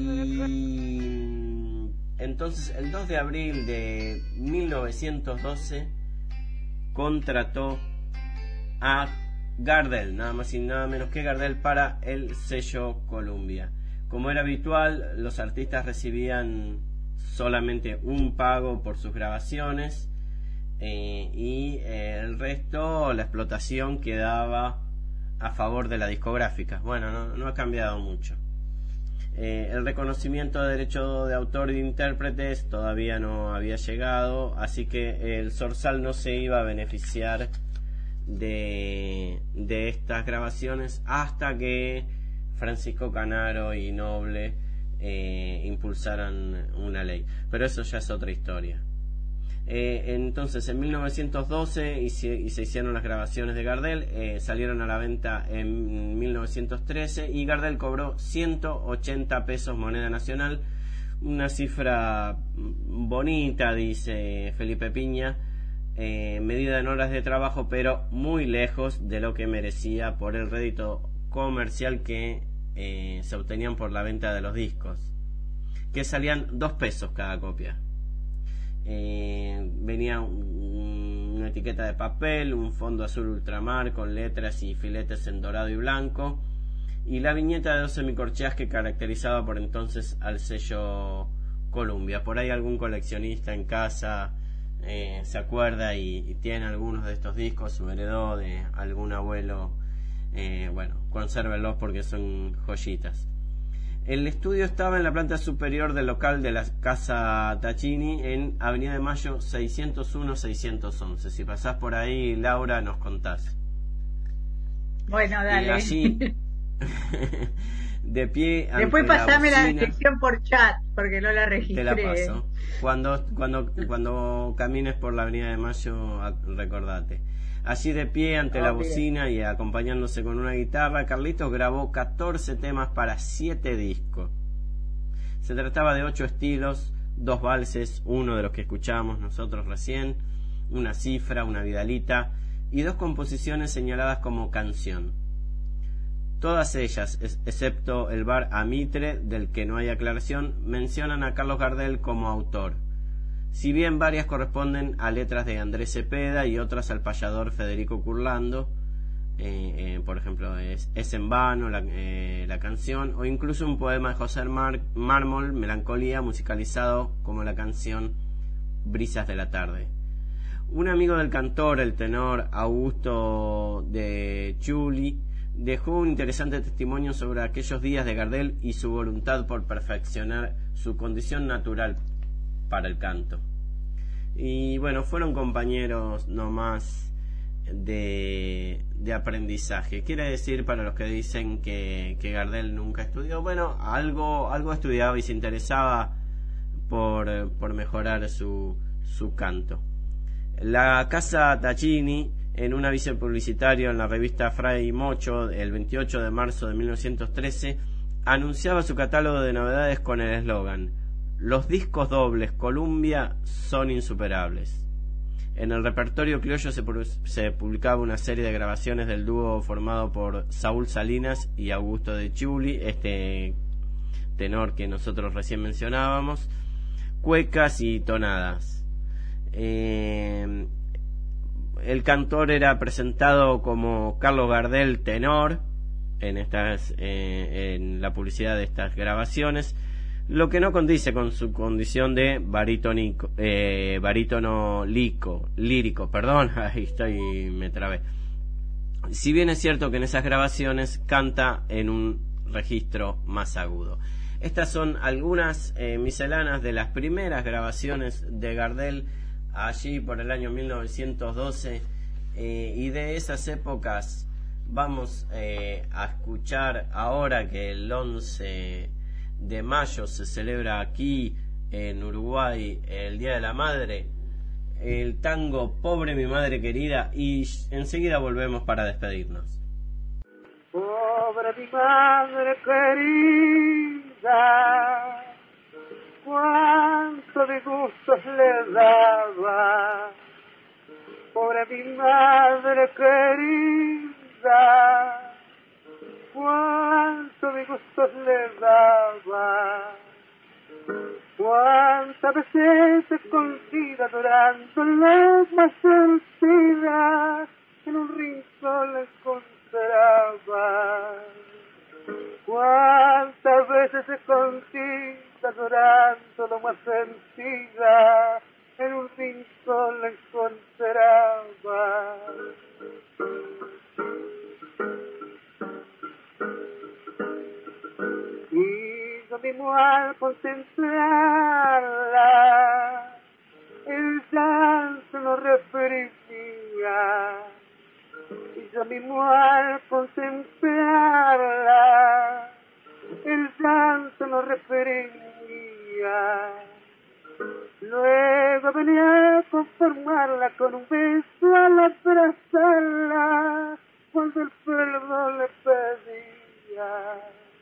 y entonces el dos de abril de mil novecientos doce contrató a Gardel, nada más y nada menos que Gardel, para el sello Columbia. Como era habitual, los artistas recibían solamente un pago por sus grabaciones, eh, y eh, el resto, la explotación, quedaba a favor de la discográfica. Bueno, no, no ha cambiado mucho. Eh, el reconocimiento de derecho de autor y de intérpretes todavía no había llegado, así que el Zorzal no se iba a beneficiar de, de estas grabaciones hasta que Francisco Canaro y Noble eh, impulsaran una ley. Pero eso ya es otra historia. Eh, entonces en mil novecientos doce y se, y se hicieron las grabaciones de Gardel, eh, salieron a la venta en mil novecientos trece y Gardel cobró ciento ochenta pesos moneda nacional, una cifra bonita, dice Felipe Piña, eh, medida en horas de trabajo, pero muy lejos de lo que merecía por el rédito comercial que eh, se obtenían por la venta de los discos, que salían dos pesos cada copia. Eh, venía un, una etiqueta de papel, un fondo azul ultramar con letras y filetes en dorado y blanco, y la viñeta de dos semicorcheas que caracterizaba por entonces al sello Columbia. Por ahí algún coleccionista en casa eh, se acuerda y, y tiene algunos de estos discos, su heredó de algún abuelo. Eh, bueno, consérvenlos porque son joyitas. El estudio estaba en la planta superior del local de la Casa Taggini en Avenida de Mayo seiscientos uno seiscientos once. Si pasás por ahí, Laura, nos contás. Bueno, dale. Y allí, de pie ante Después pasame la, la dirección por chat, porque no la registré. Te la paso. Cuando, cuando, cuando camines por la Avenida de Mayo, recordate. Allí de pie ante oh, la bocina bien. Y acompañándose con una guitarra, Carlitos grabó catorce temas para siete discos. Se trataba de ocho estilos, dos valses, uno de los que escuchábamos nosotros recién, una cifra, una vidalita y dos composiciones señaladas como canción. Todas ellas, es, excepto el bar a Mitre, del que no hay aclaración, mencionan a Carlos Gardel como autor. Si bien varias corresponden a letras de Andrés Cepeda y otras al payador Federico Curlando, eh, eh, por ejemplo es, es en vano la, eh, la canción, o incluso un poema de José Mar Mármol, Melancolía, musicalizado como la canción Brisas de la Tarde. Un amigo del cantor, el tenor Augusto de Chuli, dejó un interesante testimonio sobre aquellos días de Gardel y su voluntad por perfeccionar su condición natural para el canto. Y bueno, fueron compañeros nomás de, de aprendizaje. Quiere decir, para los que dicen que, que Gardel nunca estudió, bueno, algo, algo estudiaba y se interesaba por, por mejorar su, su canto. La Casa Taggini, en un aviso publicitario en la revista Fray Mocho el veintiocho de marzo de mil novecientos trece, anunciaba su catálogo de novedades con el eslogan: los discos dobles Columbia son insuperables. En el repertorio criollo se, se publicaba una serie de grabaciones del dúo formado por Saúl Salinas y Augusto de Chuli, este tenor que nosotros recién mencionábamos, cuecas y tonadas. Eh, el cantor era presentado como Carlos Gardel, tenor, en estas eh, en la publicidad de estas grabaciones, lo que no condice con su condición de barítonico, eh, barítono lico, lírico, perdón, ahí estoy, me trabé. Si bien es cierto que en esas grabaciones canta en un registro más agudo. Estas son algunas eh, miselanas de las primeras grabaciones de Gardel allí por el año mil novecientos doce, eh, y de esas épocas vamos eh, a escuchar ahora que el once de mayo se celebra aquí en Uruguay el Día de la Madre, el tango Pobre mi madre querida, y enseguida volvemos para despedirnos. Pobre mi madre querida, cuánto disgustos le daba. Pobre mi madre querida, cuánto disgustos le daba. Cuántas veces escondida durante las más sentidas en un rincón la encontraba. Cuántas veces escondida durante lo más sentida en un rincón la encontraba. Hizo mismo al contemplarla, el llanto lo reprimía. Hizo mismo al contemplarla, el llanto lo reprimía. Luego venía a conformarla con un beso al abrazarla, cuando el perdón le pedía.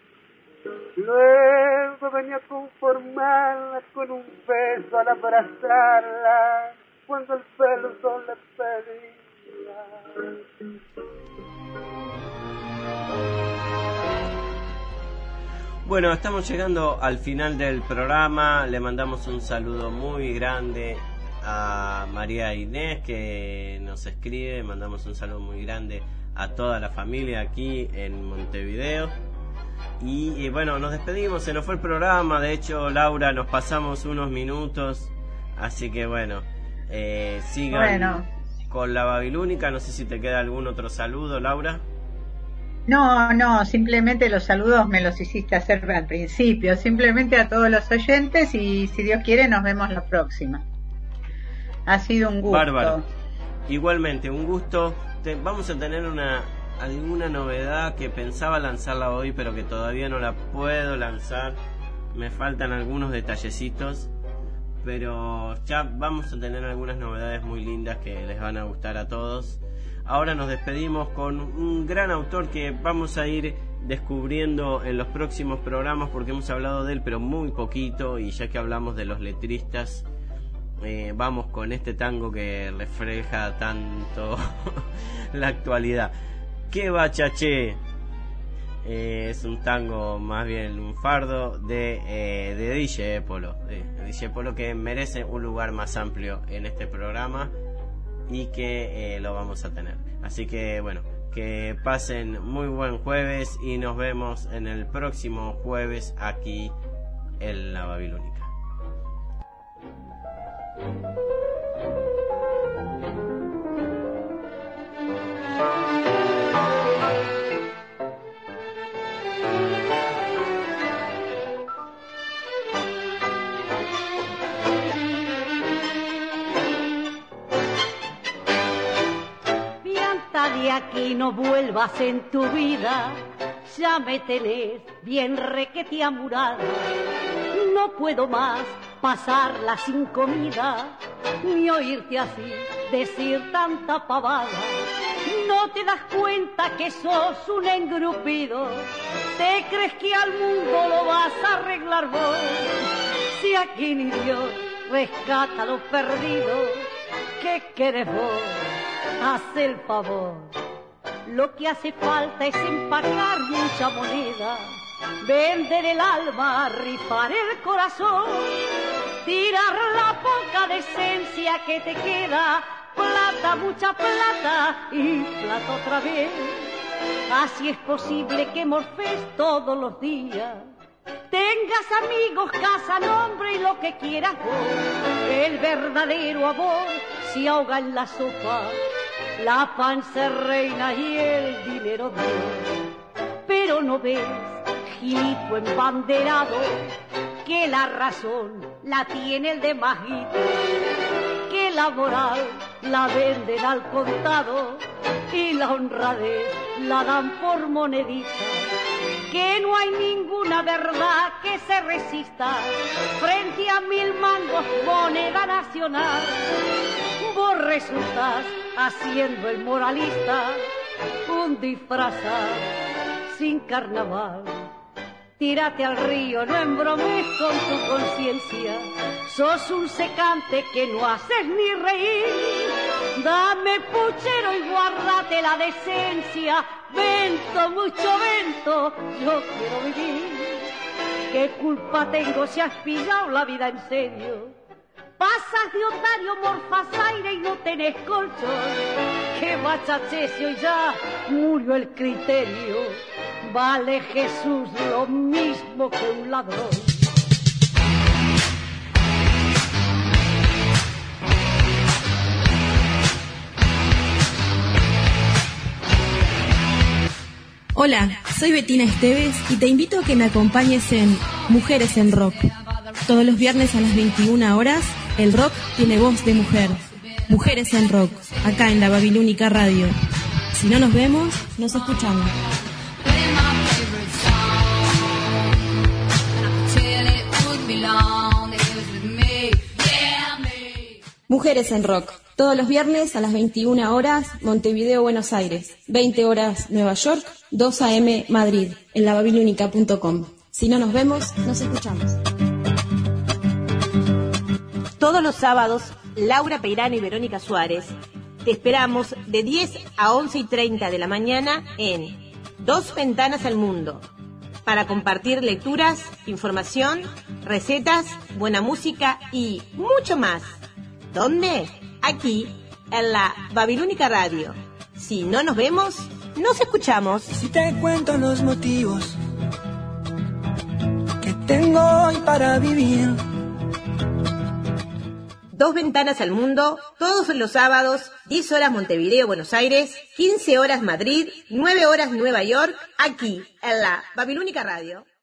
Luego venía a conformarla con un beso al abrazarla, cuando el perdón le pedía. Bueno, estamos llegando al final del programa. Le mandamos un saludo muy grande a María Inés, que nos escribe. Mandamos un saludo muy grande a toda la familia aquí en Montevideo. Y, y bueno, nos despedimos, se nos fue el programa. De hecho, Laura, nos pasamos unos minutos. Así que bueno, eh, sigan bueno. con la Babilónica. No sé si te queda algún otro saludo, Laura. No, no, simplemente los saludos me los hiciste hacer al principio. Simplemente a todos los oyentes y si Dios quiere nos vemos la próxima. Ha sido un gusto. Bárbaro. Igualmente, un gusto. Te, vamos a tener una alguna novedad que pensaba lanzarla hoy, pero que todavía no la puedo lanzar. Me faltan algunos detallecitos, pero ya vamos a tener algunas novedades muy lindas que les van a gustar a todos. Ahora nos despedimos con un gran autor que vamos a ir descubriendo en los próximos programas, porque hemos hablado de él pero muy poquito, y ya que hablamos de los letristas, eh, vamos con este tango que refleja tanto la actualidad. ¡Qué bachaché! Eh, es un tango, más bien un fardo de, eh, de Discepolo, de, de Discepolo, que merece un lugar más amplio en este programa y que eh, lo vamos a tener. Así que bueno, que pasen muy buen jueves y nos vemos en el próximo jueves aquí en la Babilónica. De aquí no vuelvas en tu vida, ya me tenés bien requete amurada. No puedo más pasarla sin comida, ni oírte así decir tanta pavada. No te das cuenta que sos un engrupido, te crees que al mundo lo vas a arreglar vos. Si aquí ni Dios rescata lo perdido, ¿qué querés vos? Haz el favor. Lo que hace falta es empacar mucha moneda, vender el alma, rifar el corazón, tirar la poca decencia que te queda, plata, mucha plata y plata otra vez. Así es posible que morfes todos los días, tengas amigos, casa, nombre y lo que quieras vos. El verdadero amor se ahoga en la sopa, la pan se reina y el dinero Dios. Pero no ves, gilito embanderado, que la razón la tiene el de majito, que la moral la venden al contado y la honradez la dan por monedita, que no hay ninguna verdad que se resista frente a mil mangos moneda nacional. Vos resultas haciendo el moralista, un disfrazar sin carnaval. Tírate al río, no embromes con tu conciencia, sos un secante que no haces ni reír. Dame puchero y guárdate la decencia, vento, mucho vento, yo quiero vivir. ¿Qué culpa tengo si has pillado la vida en serio? Pasas de otario, morfas aire y no tenés colchón. ¡Qué bachachecio! Y ya murió el criterio. Vale Jesús lo mismo que un ladrón. Hola, soy Betina Esteves y te invito a que me acompañes en Mujeres en Rock. Todos los viernes a las veintiuna horas, el rock tiene voz de mujer. Mujeres en Rock, acá en la Babilónica Radio. Si no nos vemos, nos escuchamos. Mujeres en Rock, todos los viernes a las veintiuna horas, Montevideo, Buenos Aires, veinte horas Nueva York, dos a eme Madrid, en la babilónica punto com. Si no nos vemos, nos escuchamos. Todos los sábados, Laura Peirano y Verónica Suárez te esperamos de diez a once y treinta de la mañana en Dos Ventanas al Mundo para compartir lecturas, información, recetas, buena música y mucho más. ¿Dónde? Aquí, en la Babilónica Radio. Si no nos vemos, nos escuchamos. Si te cuento los motivos que tengo hoy para vivir. Dos Ventanas al Mundo, todos los sábados, diez horas Montevideo, Buenos Aires, quince horas Madrid, nueve horas Nueva York, aquí, en la Babilónica Radio.